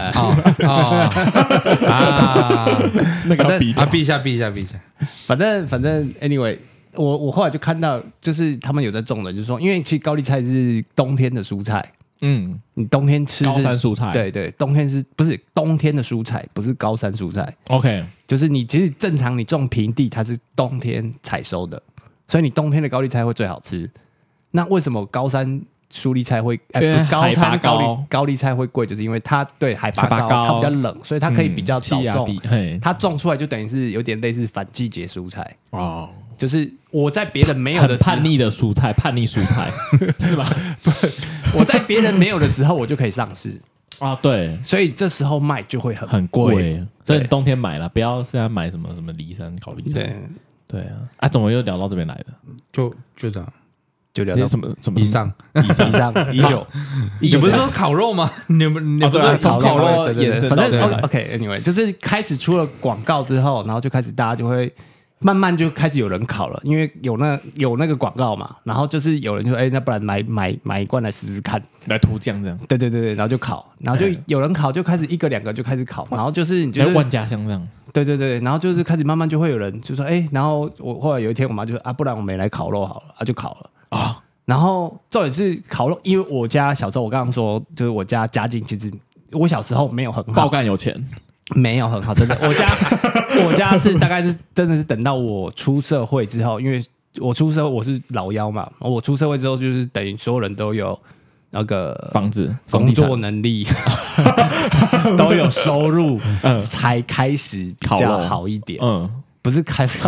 那个避一下。 反正 anyway， 我后来就看到，就是他们有在种的，就是说，因为其实高丽菜是冬天的蔬菜，你冬天吃高山蔬菜， 对，冬天不是冬天的蔬菜，不是高山蔬菜 ，OK， 就是你其实正常你种平地，它是冬天采收的，所以你冬天的高丽菜会最好吃。那为什么高山蔬丽菜会海拔高丽菜会贵？就是因为它对海拔高，它比较冷，所以它可以比较早种。它种出来就等于是有点类似反季节蔬菜哦。就是我在别人没有的叛逆的蔬菜，叛逆蔬菜是吧？ 我在别人没有的时候，我就可以上市啊。对， 所以这时候卖就会很贵。所以你冬天买了，不要现在买什么梨山高丽菜。对啊，怎么又聊到这边来的？ 就这样。 就聊到什么以上19， 你不是说烤肉吗？你不是从烤肉延伸到反正 OK，anyway， 就是开始出了广告之后，然后就开始大家就会慢慢就开始有人烤了，因为有那个广告嘛，然后就是有人就说，那不然买一罐来试试看， 来涂酱这样。 对，然后就烤，然后就有人烤，就开始1个2个就开始烤，然后就是你觉得万家香这样。 对，然后就是开始慢慢就会有人就说，然后我后来有一天我妈就说不然我们也来烤肉好了，就烤了。然后重点是烤肉，因为我家小时候我刚刚说，就是我家家境其实我小时候没有很好， 爆干有钱， 没有很好，真的。我家是大概是真的是等到我出社会之后，因为我出社会我是老幺嘛，我出社会之后就是等于所有人都有那个房子、 工作能力，都有收入，才开始比较好一点。不是开始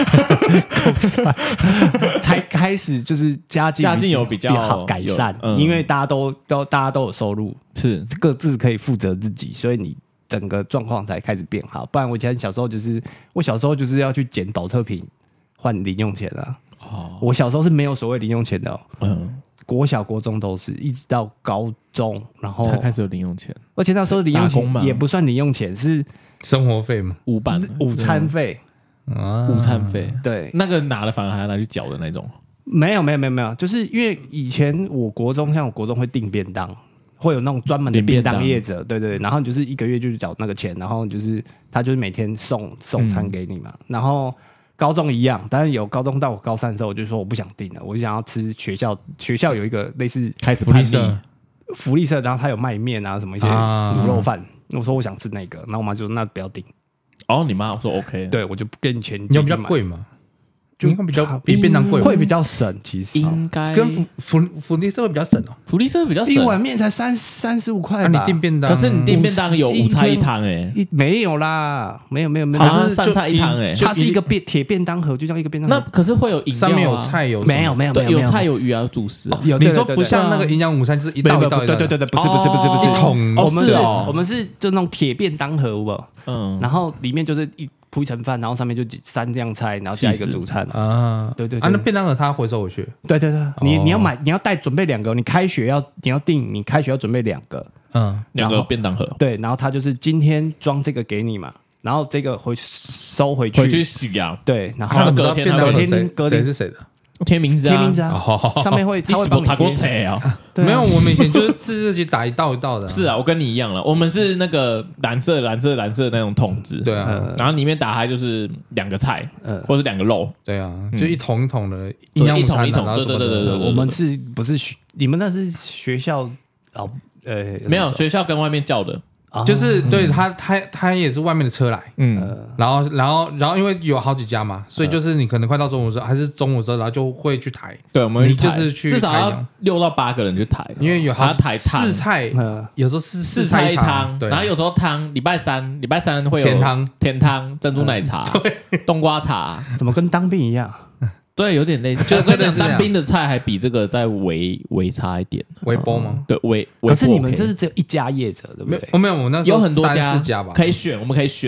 才开始就是家境有比较改善，因为大家都有收入，是各自可以负责自己，所以你整个状况才开始变好。不然我以前小时候就是要去捡保特瓶换零用钱啊。我小时候是没有所谓零用钱的国小国中都是，一直到高中然后才开始有零用钱， 而且那时候零用钱也不算零用钱，是生活费嘛 ，午餐费。 午餐费， 对， 那个拿了反而还要拿去缴的那种。 没有，就是因为以前我国中会订便当，会有那种专门的便当业者，对，然后就是1个月就是缴那个钱，然后就是他就是每天送餐给你嘛。然后高中一样，但是有高中到我高3的时候，我就说我不想订了，我就想要吃学校有一个类似开始叛逆福利社，然后他有卖面啊什么一些卤肉饭，我说我想吃那个，然后我妈就说那不要订。 你妈说 OK， 对，我就不给你钱。 你有比较贵吗？就比较比便当贵， 会比较省，其实应该跟福利社会比较省哦。 福利社会比较省， 一碗面才35块吧。 你订便当， 可是你订便当有5菜1汤没有啦，没有， 好像3菜1汤它是一个铁便当盒，就像一个便当盒。 那可是会有饮料， 上面有菜有没有有菜有鱼啊，主食。 你说不像那个营养午餐，就是一道一道， 对，不是一桶。 我们是就那种铁便当盒，然后里面就是铺一层饭，然后上面就3样菜，然后加一个主餐啊。对， 那便当盒它回收回去。 对，你要买，你要准备2个。你开学你要订，你开学要准备2个 ，2个便当盒。 对，然后他就是今天装这个给你嘛，然后这个收回去洗啊。 对，然后隔天谁是谁的？ 贴名字啊， 上面他会帮你贴啊。 没有，我们以前就是自己打一道一道的。 是啊，我跟你一样了，我们是那个蓝色那种桶子。 对啊， 然后里面打开就是2个菜，或者2个肉。 对啊，就一桶一桶的， 一桶一桶。对， 我们不是你们那是学校没有学校跟外面叫的。 就是对他也是外面的车来，然后因为有好几家嘛，所以就是你可能快到中午的时候，还是中午的时候，然后就会去抬。 对，我们就是去至少要6到8个人去抬， 因为有还要抬汤 4菜，有时候是 4菜1汤， 对， 然后有时候汤礼拜三会有甜汤、珍珠奶茶、冬瓜茶， 怎么跟当兵一样？ 对，有点类似，就跟当兵的菜还比这个再微差一点， 微波吗？ 对，微。 可是你们这是只有一家业者，对不对？ 没有，我们那时候有很多 3-4家吧， 可以选，我们可以选。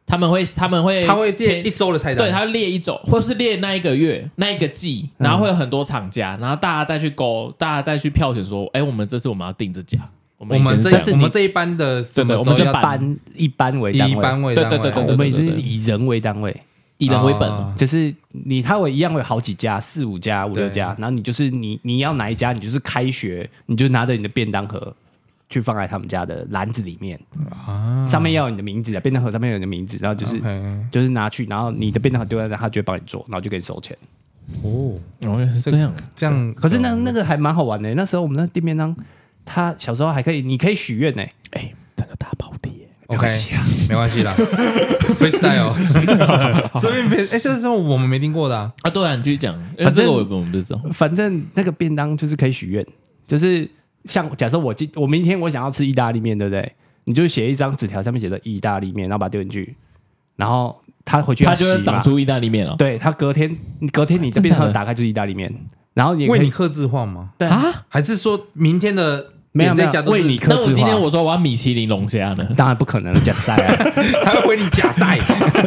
他们会列一周的菜单， 对，他会列一周，或是列那一个月那一个季，然后会有很多厂家，然后大家再去勾，大家再去票选说，我们这次我们要定这家。我们这一班的， 对， 我们这以班为单位， 对， 我们也是以人为单位， 以人为本， 就是他一样会有好几家，4、5家、5、6家，然后你就是你要哪一家，你就是开学，你就拿着你的便当盒去放在他们家的篮子里面，上面要有你的名字，便当盒上面有你的名字，然后就是拿去，然后你的便当盒丢在那，他就会帮你做，然后就给你收钱。 是这样， 可是那个还蛮好玩的。那时候我们那订便当。他小时候还可以，你可以许愿呢。 整个大跑地 ，OK， 没关系啦 ，freestyle， 顺便这是我们没听过的啊。 对啊，你继续讲，因为这个我们不知道。 反正那个便当就是可以许愿，就是像假设我明天我想要吃意大利面，对不对？你就写一张纸条，上面写着意大利面，然后把它丢进去，然后他回去他就会长出意大利面了。 对，他隔天你这便当打开就是意大利面，然后为你客制化吗？ 对啊，还是说明天的？ 没有为你客制化。 那我今天我说我要米其林龙虾呢？ 当然不可能了，假赛啊！ 他会回你假赛。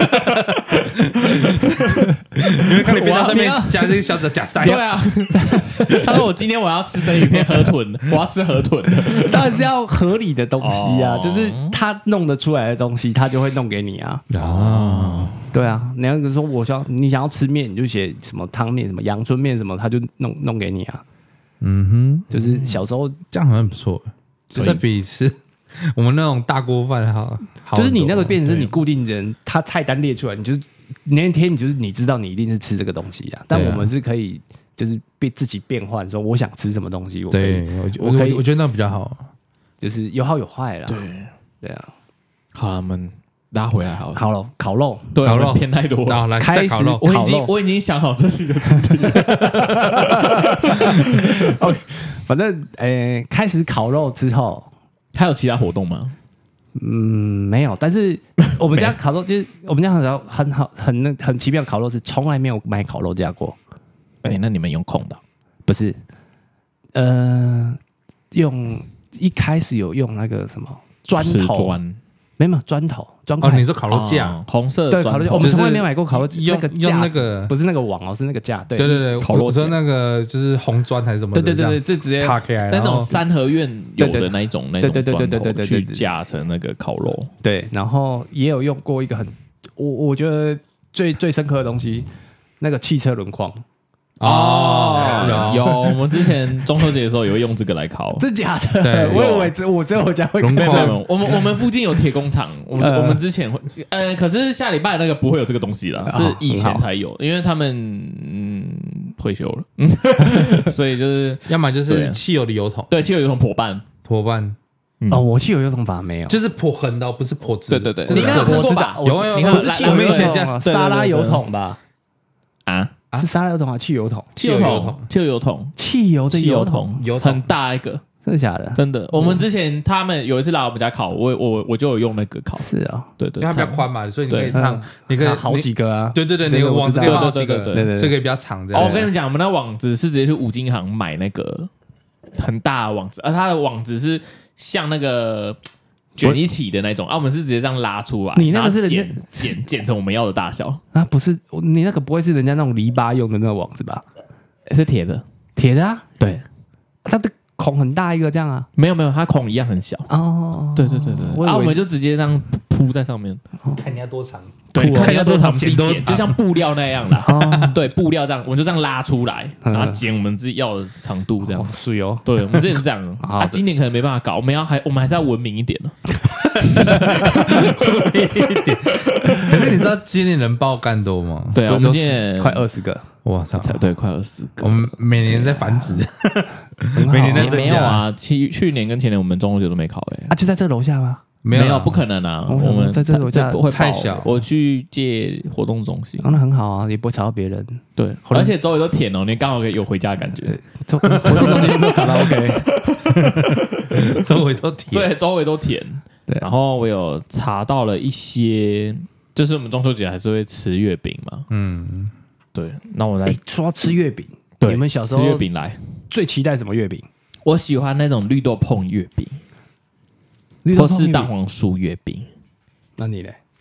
你会看你便当上面加这个小假赛？ 对啊。他说我今天我要吃生鱼片河豚，我要吃河豚。 当然是要合理的东西啊，就是他弄得出来的东西，他就会弄给你啊。对啊，你要说你想要吃面，你就写什么汤面、什么阳春面什么，他就弄给你啊。就是小时候这样好像不错，就是比吃我们那种大锅饭好。 就是你那个变成是你固定人，他菜单列出来，你就是那天你知道你一定是吃这个东西啊。但我们是可以就是自己变换，说我想吃什么东西，我可以， 我觉得那比较好， 就是有好有坏啦。对啊， 好了，我们拉回来好了。 好了，烤肉， 对，烤肉偏太多了。 来开始烤肉， 我已经想好这期的主题了。 OK， 反正开始烤肉之后， 还有其他活动吗？ 没有。但是我们家烤肉就是我们家很奇妙，烤肉是从来没有买烤肉架过。 那你们用空的？ 不是，一开始有用那个什么砖头。没有砖头， 你说烤肉架， 红色对烤肉架，我们从来没有买过烤肉架， 用那个不是那个网是那个架，对， 烤肉架，那个就是红砖还是什么？ 对，就直接踏开来， 那种三合院有的那种砖头去架成那个烤肉， 对，然后也有用过一个我觉得最深刻的东西，那个汽车轮框。 有，我们之前中秋节的时候也会用这个来烤， 真假的？对，我以为我家会轮框。我们附近有铁工厂，我们之前会，可是下礼拜那个不会有这个东西了，是以前才有，因为他们退休了，所以就是要么就是汽油的油桶， 对，汽油油桶破半。 我汽油油桶法没有， 就是破横的，不是破直。 对，你应该有看过吧？ 有， 你看不是汽油油桶，沙拉油桶吧？是沙拉油桶还是汽油桶？ 汽油桶， 汽油的油桶， 很大一个， 真的假的？ 真的。我们之前他们有一次来我们家烤，我就有用那个烤。 是啊， 对， 因为它比较宽嘛，所以你可以唱，你可以好几个啊。 对，你个网子可以好几个， 对， 所以可以比较长。 我跟你们讲，我们那网子是直接去五金行买那个很大的网子，而它的网子是像那个卷一起的那种，我们是直接这样拉出来， 你那个是剪成我们要的大小啊？不是，你那个不会是人家那种篱笆用的那个网子吧？ 是铁的啊？ 对， 它的孔很大一个这样啊？ 没有，它孔一样很小哦。对，我们就直接这样铺在上面， 看你要多长， 对，看你要多长自己剪，就像布料那样啦。对，布料这样，我们就这样拉出来，然后剪我们自己要的长度，这样是哦。 对，我们之前是这样今年可能没办法搞，我们还是要文明一点了。 可是你知道今年人爆干多吗？ 对啊，我们今年快20个， 哇操！ 对，快20个。 我们每年在繁殖，每年在增加。 没有啊，去年跟前年我们中秋节都没烤就在这楼下吗？ 没有，不可能啊！我们在这楼下会太小。 我去借活动中心， 那很好啊，也不会吵到别人。 对，而且周围都甜哦，你刚好有回家的感觉。 活动中心都卡拉 OK， 周围都甜。 对，周围都甜。对，然后我有查到了一些，就是我们中秋节还是会吃月饼嘛。对，那我来说到吃月饼， 你们小时候吃月饼来最期待什么月饼？ 我喜欢那种绿豆椪月饼，或是蛋黄酥月饼。 那你嘞？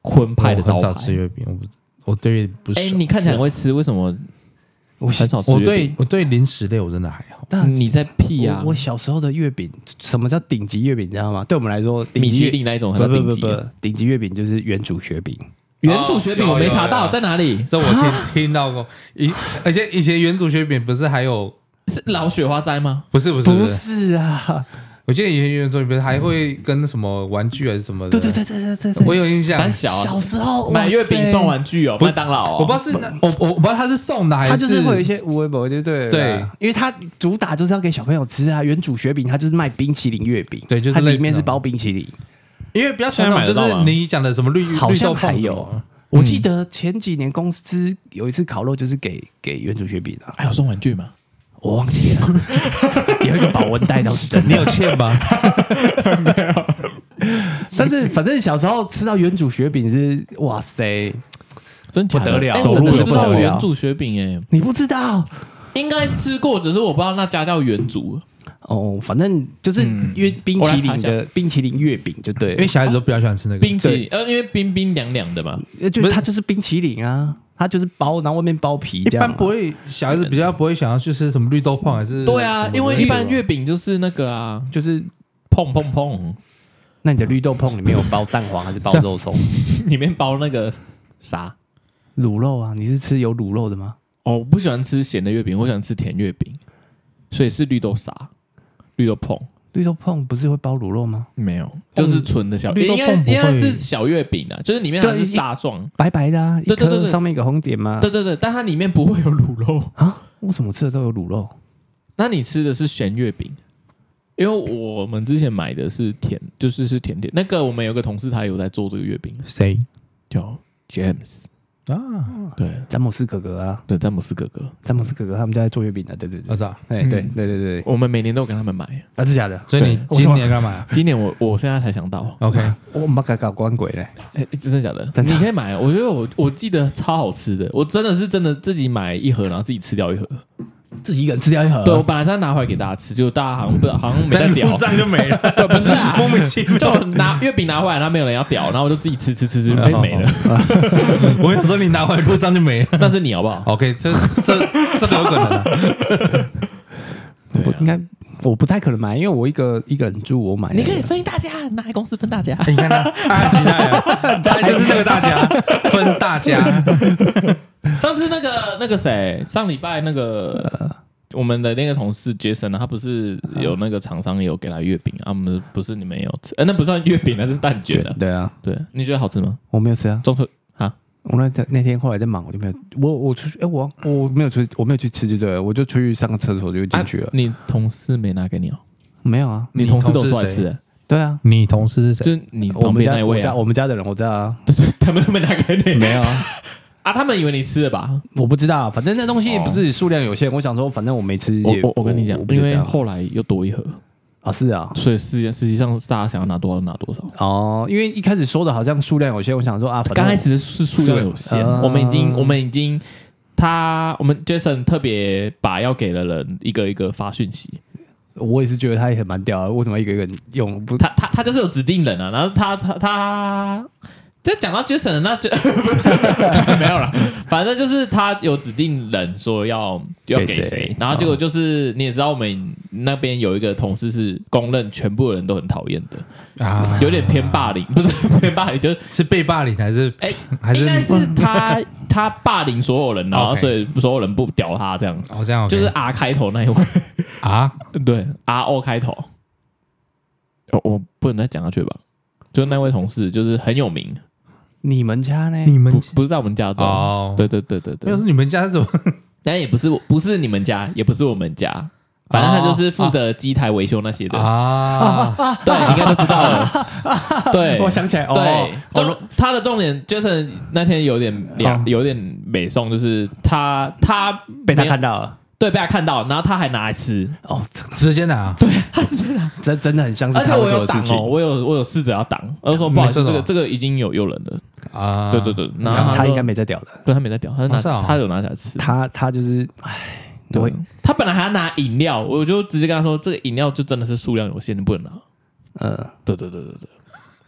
坤派的招牌。 我很少吃月饼，我对月饼不熟。 你看起来很会吃，为什么我很少吃月饼？ 我对零食类我真的还好。 但你在屁啊！ 我小时候的月饼，什么叫顶级月饼？你知道吗？对我们来说， 米其林那一种很顶级。 顶级月饼就是原主雪饼。 原主雪饼我没查到在哪里， 这我听到过。而且以前原主雪饼不是还有是老雪花斋吗？ 不是啊！ 我记得以前原主雪饼还会跟什么玩具还是什么的。 对， 我有印象。 小时候买月饼送玩具哦，麦当劳。 我不知道是我不知道他是送的还是他就是会有一些无微博，对，因为他主打就是要给小朋友吃啊。原主雪饼它就是卖冰淇淋月饼， 对，就是它里面是包冰淇淋。 因为比较传统，就是你讲的什么绿好像还有，我记得前几年公司有一次烤肉，就是给原主雪饼的， 还有送玩具吗？ 我忘记了，有一个保温袋倒是真的， 你有欠吗？ 没有。但是反正小时候吃到原主雪饼是哇塞， 真不得了， 走路不知道原主雪饼你不知道？ 应该吃过，只是我不知道那家叫原主。 反正就是因为冰淇淋月饼就对了， 因为小孩子都比较喜欢吃那个冰淇淋，因为冰冰凉凉的嘛， 它就是冰淇淋啊，它就是包，然后外面包皮这样。 一般不会，小孩子比较不会想要去吃什么绿豆椪还是？ 对啊，因为一般月饼就是那个啊， 就是碰碰碰。 那你的绿豆椪里面有包蛋黄还是包肉松？ 里面包那个啥卤肉啊？你是吃有卤肉的吗？ 我不喜欢吃咸的月饼，我喜欢吃甜月饼，所以是绿豆沙。绿豆椪， 绿豆椪不是会包卤肉吗？ 没有，就是纯的小，应该是小月饼啊，就是里面它是沙状， 白白的啊， 对， 上面一个红点吗？ 对，但它里面不会有卤肉啊？为什么吃的都有卤肉？ 那你吃的是咸月饼？因为我们之前买的是甜，就是甜甜。那个我们有个同事他有在做这个月饼， 谁叫 James。对， 詹姆斯哥哥啊， 对，詹姆斯哥哥他们家在做月饼的，对， 我知道， 对， 我们每年都有跟他们买啊，是假的？ 所以你今年干嘛？ 今年我现在才想到 ，OK， 我们搞关鬼嘞， 真的假的？你可以买，我觉得我记得超好吃的，我真的自己买一盒，然后自己吃掉一盒。 自己一个人吃掉一盒， 对，我本来是要拿回来给大家吃，结果大家好像没在屌， 路上就没了， 对，不是啊， 莫名其妙， 就拿月饼拿回来，然后没有人要屌，然后我就自己吃，没了。 我想说你拿回来路上就没了， 那是你好不好 ？OK，这个有可能啊。 应该我不太可能买，因为我一个人住，我买。 你可以分大家，拿来公司分大家。 你看他期待啊，他就是那个大家分大家。 上次那个谁，上礼拜那个我们的那个同事杰森啊，他不是有那个厂商也有给他月饼啊？我们不是你们也有吃？那不算月饼，那是蛋卷的。 对啊， 对，你觉得好吃吗？ 我没有吃啊， 中秋啊， 我那天后来在忙，我就没有。我出去，我没有出，我没有去吃就对了，我就出去上个厕所就进去了。 你同事没拿给你哦？ 没有啊， 你同事都出来吃。 对啊， 你同事是谁？ 就是你旁边那一位啊， 我们家的人我知道啊。 对，他们都没拿给你， 没有啊。 啊，他们以为你吃了吧？ 我不知道，反正那东西不是数量有限。我想说，反正我没吃。 我跟你讲，因为后来又多一盒啊，是啊， 所以实际上大家想要拿多少拿多少。 哦，因为一开始说的好像数量有限，我想说啊， 刚开始是数量有限，我们已经我们 Jason 特别把要给的人一个一个发讯息。 我也是觉得他也很蛮屌的，为什么一个一个用？不， 他就是有指定人啊，然后他。这讲到 Jason 那就没有了，反正就是他有指定人说要给谁，然后结果就是你也知道，我们那边有一个同事是公认全部人都很讨厌的啊，有点偏霸凌，不是偏霸凌， 就是被霸凌还是还是应该是他霸凌所有人，然后所以所有人不屌他这样， 哦这样就是 R 开头那一位啊， 对 RO 开头，我不能再讲下去吧，就那位同事就是很有名。 你们家呢？ 你们不是在我们家的哦？对， 要是你们家是怎么？ 但也不是你们家，也不是我们家，反正他就是负责机台维修那些的啊。对，你应该都知道了。对， 我想起来， 对，他的重点就是那天有点美送，就是他被他看到了。 对，被他看到，然后他还拿来吃哦， 直接拿， 对，他直接拿， 真的很像是。 而且我有挡哦，我有试着要挡，我就说不好意思，这个已经有人了啊。对，然后他应该没在屌的， 对他没在屌，他有拿起来吃， 他就是唉， 对，他本来还要拿饮料，我就直接跟他说，这个饮料就真的是数量有限，你不能拿。对，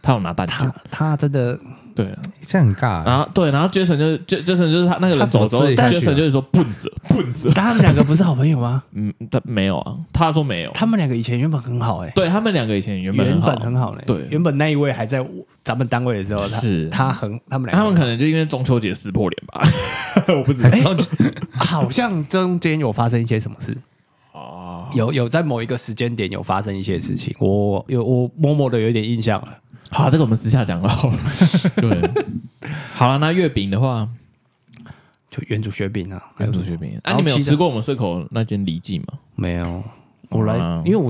他有拿蛋卷， 他真的对， 这样很尬。 然后对，然后 Jason 就是他那个人走之后，Jason 就是说笨死。 他们两个不是好朋友吗？ 他没有啊，他说没有。 他们两个以前原本很好对他们两个以前原本很好嘞。 对， 原本那一位还在咱们单位的时候，他们可能就因为中秋节撕破脸吧，我不知道。 好像中间有发生一些什么事。有在某一个时间点有发生一些事情，我默默的有一点印象了。 好，这个我们私下讲了。对，好了，那月饼的话， 就原主雪饼啊， 原主雪饼。你们有吃过我们社口那间李记吗？ 没有，因为我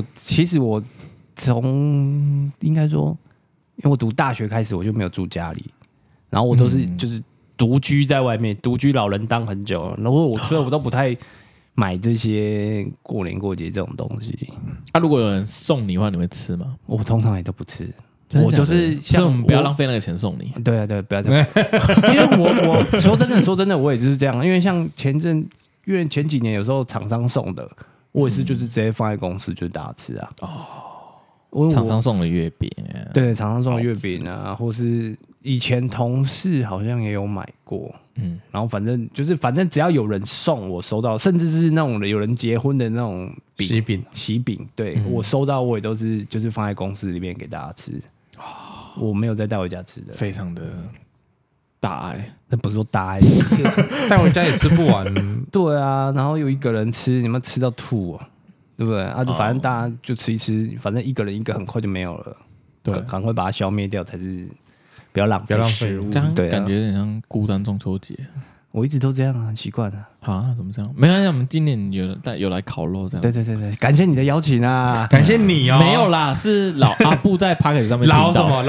从应该说，因为我读大学开始我就没有住家里，然后我都是就是独居在外面，独居老人当很久了，然后所以我都不太买这些过年过节这种东西。 如果有人送你的话，你会吃吗？ 我通常也都不吃。 我就是像我们不要浪费那个钱送你。 对啊，对，不要这样。因为我说真的，我也是这样。因为像前几年有时候厂商送的，我也是就是直接放在公司就大家吃啊。 厂商送的月饼， 对，厂商送的月饼啊，或是以前同事好像也有买过。然后反正只要有人送我收到，甚至是那种有人结婚的那种喜饼，对，我收到我也都是就是放在公司里面给大家吃。我没有再带回家吃的， 非常的大爱。 那不是说大爱， 带回家也吃不完。 对啊，然后有一个人吃，你们吃到吐啊，对不对？就反正大家就吃一吃，反正一个人一个很快就没有了。对，赶快把它消灭掉才是，不要浪费食物。 这样感觉有点像孤单中秋节。 我一直都这样啊，很习惯啊。 啊，怎么这样？没关系，我们今年有来烤肉这样。 对，感谢你的邀请啊， 感谢你哦。 没有啦，是老阿布在 Podcast 上面捞什么？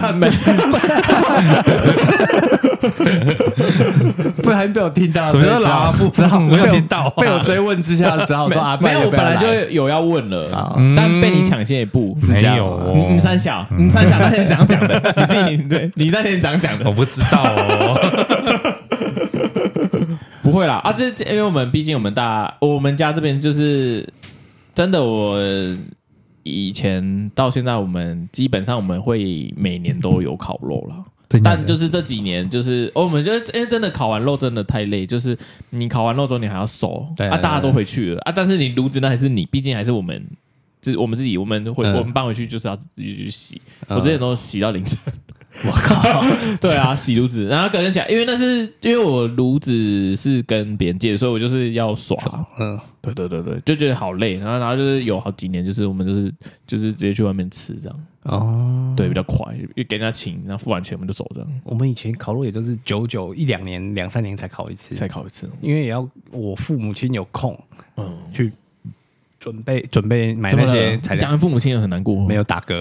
不然被我听到， 什么叫老阿布？ 只好没有听到， 被我追问之下，只好说阿布。 没有，我本来就有要问了，但被你抢先一步。 没有， 你三小那天怎样讲的？你自己对，你那天怎样讲的？ 我不知道哦。 不会啦这因为我们毕竟我们家这边就是真的，我以前到现在我们基本上我们会每年都有烤肉啦。但就是这几年，就是我们觉得，因为真的烤完肉真的太累，就是你烤完肉之后你还要收大家都回去了但是你炉子那还是你，毕竟还是我们自己，我们搬回去就是要自己去洗。我之前都洗到凌晨。 我靠！ 对啊，洗炉子，然后隔天起来，因为我炉子是跟别人借的，所以我就是要刷。对，就觉得好累，然后就是有好几年，就是我们就是直接去外面吃这样。对，比较快，给人家请，然后付完钱我们就走这样。 我们以前烤肉也都是久一两年、2-3年才烤一次，因为也要我父母亲有空，去。准备买那些材料， 讲父母亲也很难过， 没有打嗝，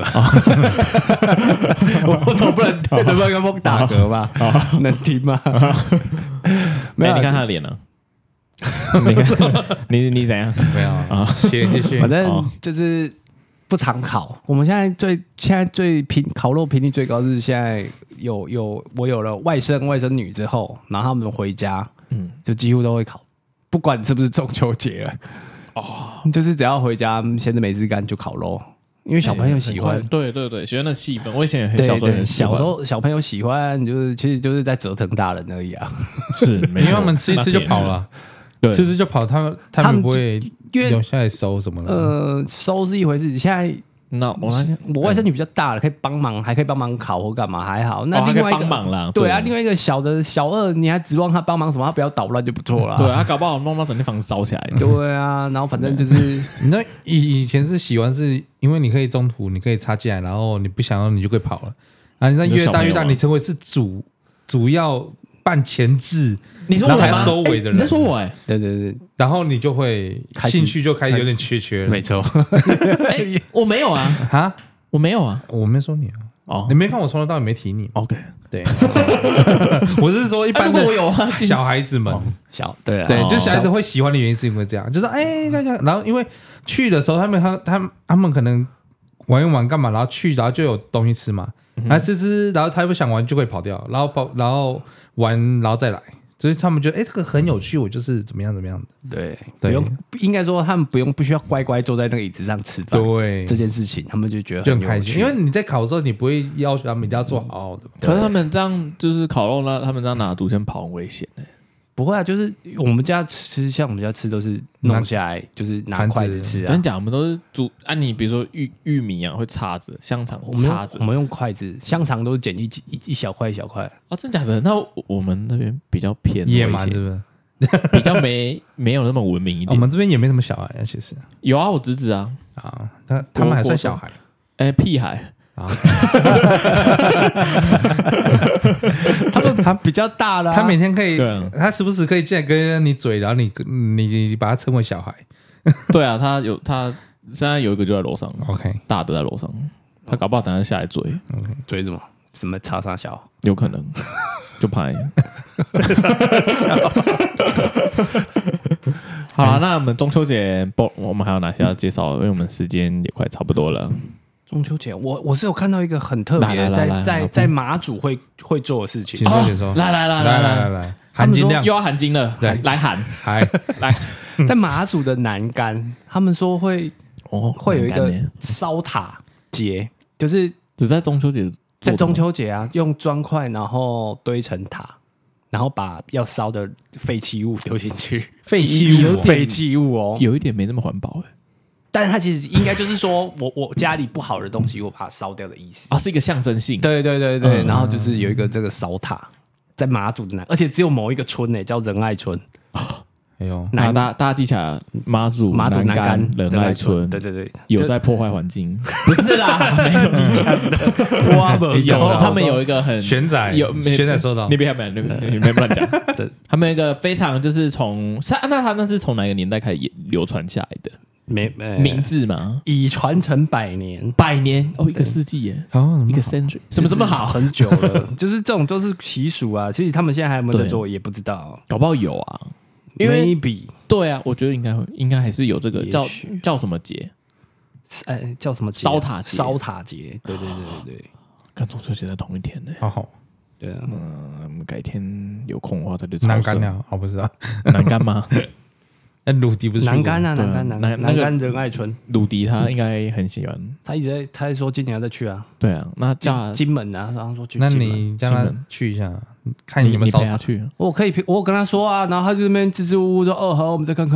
我总不能跟风打嗝吧？能听吗？ 没有，你看他的脸呢？你看你怎样？ 没有啊，谢谢。 反正就是不常烤。我们现在最烤肉频率最高是现在我有了外甥女之后，然后他们回家，就几乎都会烤，不管是不是中秋节了。就是只要回家闲着没事干就烤肉，因为小朋友喜欢， 对，喜欢那气氛。我以前也小时候小朋友喜欢，其实就是在折腾大人而已啊。 是， 因为他们吃一吃就跑了，吃就跑，他们不会留下来收什么的。 收是一回事，现在。 那我外甥女比较大了，可以帮忙，还可以帮忙烤或干嘛，还好。那另外一个帮忙啦， 对啊，另外一个小二，你还指望他帮忙什么？他不要捣乱就不错了。 对，他搞不好弄到整间房子烧起来。 对啊，然后反正就是， 那以前是喜欢是因为你可以中途你可以插进来，然后你不想要你就可以跑了。啊，那越大越大，你成为是主要办前置， 你说我还收尾的人， 你在说我对， 然后你就会兴趣就开始有点缺了， 没错。 我没有啊，我没有啊， 我没说你啊，你没看我从头到尾没提你 ，OK， 对， 我是说一般的， 如果我有小孩子们， 对， 就小孩子会喜欢的原因是因为这样，就是大家，然后因为去的时候他们可能玩一玩干嘛，然后然后就有东西吃嘛，然后吃，然后他不想玩就会跑掉，然后玩然后再来， 所以他们觉得这个很有趣，我就是怎么样怎么样的。 对， 对不用，应该说他们不需要乖乖坐在那个椅子上吃饭。 对， 这件事情他们就觉得就很开心， 有趣因为你在烤的时候，你不会要求他们一定要做好好的。 可是他们这样就是烤肉呢，他们这样拿竹签刨很危险欸。 不会啊，就是我们家吃，像我们家吃都是弄下来，就是拿筷子吃啊。 真假？我们都是煮啊，你比如说玉米啊，会叉子，香肠叉子， 我们用筷子，香肠都是剪一小块一小块。 哦，真假的？那我们那边比较偏野蛮，对不对？比较没有那么文明一点。 我们这边也没什么小孩啊，其实有啊，我侄子啊， 他们还算小孩， 屁孩。 啊， 他比较大了， 他每天可以，他时不时可以进来跟你嘴，然后你把他称为小孩。 对啊，他现在有一个就在楼上 ，OK， 大的在楼上，他搞不好等下下来追 ，OK， 追什么叉叉小， 有可能就拍。好了，那我们中秋节我们还有哪些要介绍？因为我们时间也快差不多了。 中秋节，我是有看到一个很特别的，在马祖会做的事情。 请说，来，含金量又要含金了，来含，来， 在马祖的南竿，他们说会有一个烧塔节，就是只在中秋节， 在中秋节啊，用砖块然后堆成塔，然后把要烧的废弃物丢进去，废弃物哦， 有一点没那么环保哎。 但是它其实应该就是说我家里不好的东西，我把它烧掉的意思啊，是一个象征性。 对，然后就是有一个这个烧塔在马祖的而且只有某一个村呢，叫仁爱村。 哎呦， 大家记起来，马祖南竿仁爱村， 对， 有在破坏环境，不是啦，没有你讲的，哇，有他们有一个很玄仔说到， 你别乱讲，他们有一个非常就是那是从哪个年代开始流传下来的？名字嘛， 已传承100年哦，一个世纪耶，一个 century， 什么这么好， 很久了，就是这种都是习俗啊。其实他们现在还有没有在做，也不知道， 搞不好有啊，因为 maybe 对啊，我觉得应该还是有这个叫什么节， 叫什么烧塔节，对， 跟中秋节在同一天呢， 好， 对啊， 我们改天有空的话再去南竿了，不知道南竿吗？ 鲁迪不是南竿啊，南竿仁爱村， 鲁迪他应该很喜欢， 他一直在说今年要再去啊。 对啊，那叫金门啊，然后说去。 那你叫他去一下，看你们陪他去。 我跟他说啊，然后他就那边支支吾吾说：“哦，好，我们再看看。”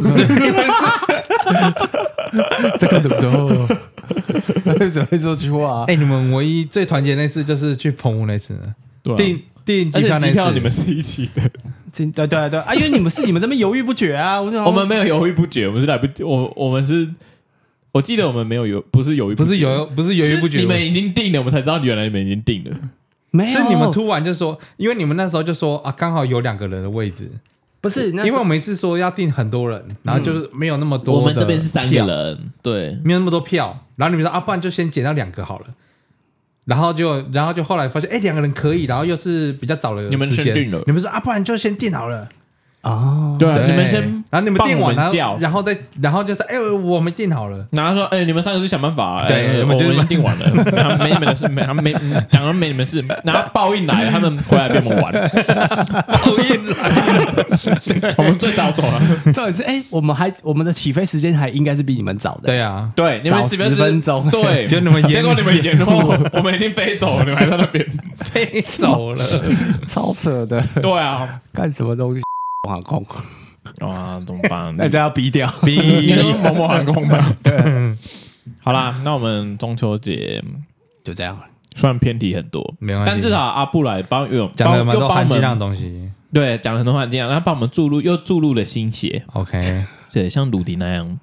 再看什么时候？为什么会说句话？ 你们唯一最团结那次就是去澎湖那次， 对， 订机票你们是一起的。 对啊，因为你们这边犹豫不决啊， 我们没有犹豫不决，我们是我们是，我记得我们没有不是犹豫不决， 不是犹豫不决， 你们已经定了，我们才知道原来你们已经定了， 没有， 是你们突然就说，因为你们那时候就说啊，刚好有2个人的位置， 不是，因为我们是说要订很多人，然后就是没有那么多， 我们这边是3个人，对， 没有那么多票，然后你们说啊，不然就先减到2个好了。然后就后来发现，2个人可以，然后又是比较早的时间， 你们先定了， 你们说啊，不然就先定好了。 哦， 对啊，你们先， 然后你们订完，然后就是我们订好了， 然后说你们3个是想办法， 对， 我们已经订完了，然后没你们的事，没讲了没你们事，然后报应来了，他们回来被我们玩，报应来，我们最早走了， 重点是我们的起飞时间还应该是比你们早的， 对啊， 对，你们 10分钟， 对， 结果你们延后，我们已经飞走了，你们还在那边飞走了，超扯的， 对啊， 干什么东西？航空哇，怎么办？ 那这要逼掉， 你说某某航空吧？对，好啦，那我们中秋节就这样了， 虽然偏题很多， 没关系， 但至少阿布来讲了蛮多含金量的东西， 对，讲了很多含金量，然后帮我们注入了心血。 OK， 对，像鲁迪那样，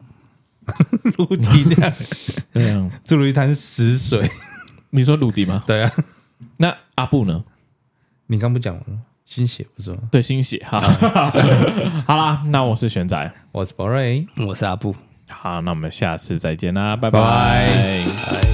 这样注入一滩死水。 你说鲁迪吗？ 对啊， 那阿布呢？ 你刚不讲完了？新血不是吗？ 对，新血哈。好啦，那我是玄仔， 我是宝瑞， 我是阿布。 好，那我们下次再见啦，拜拜。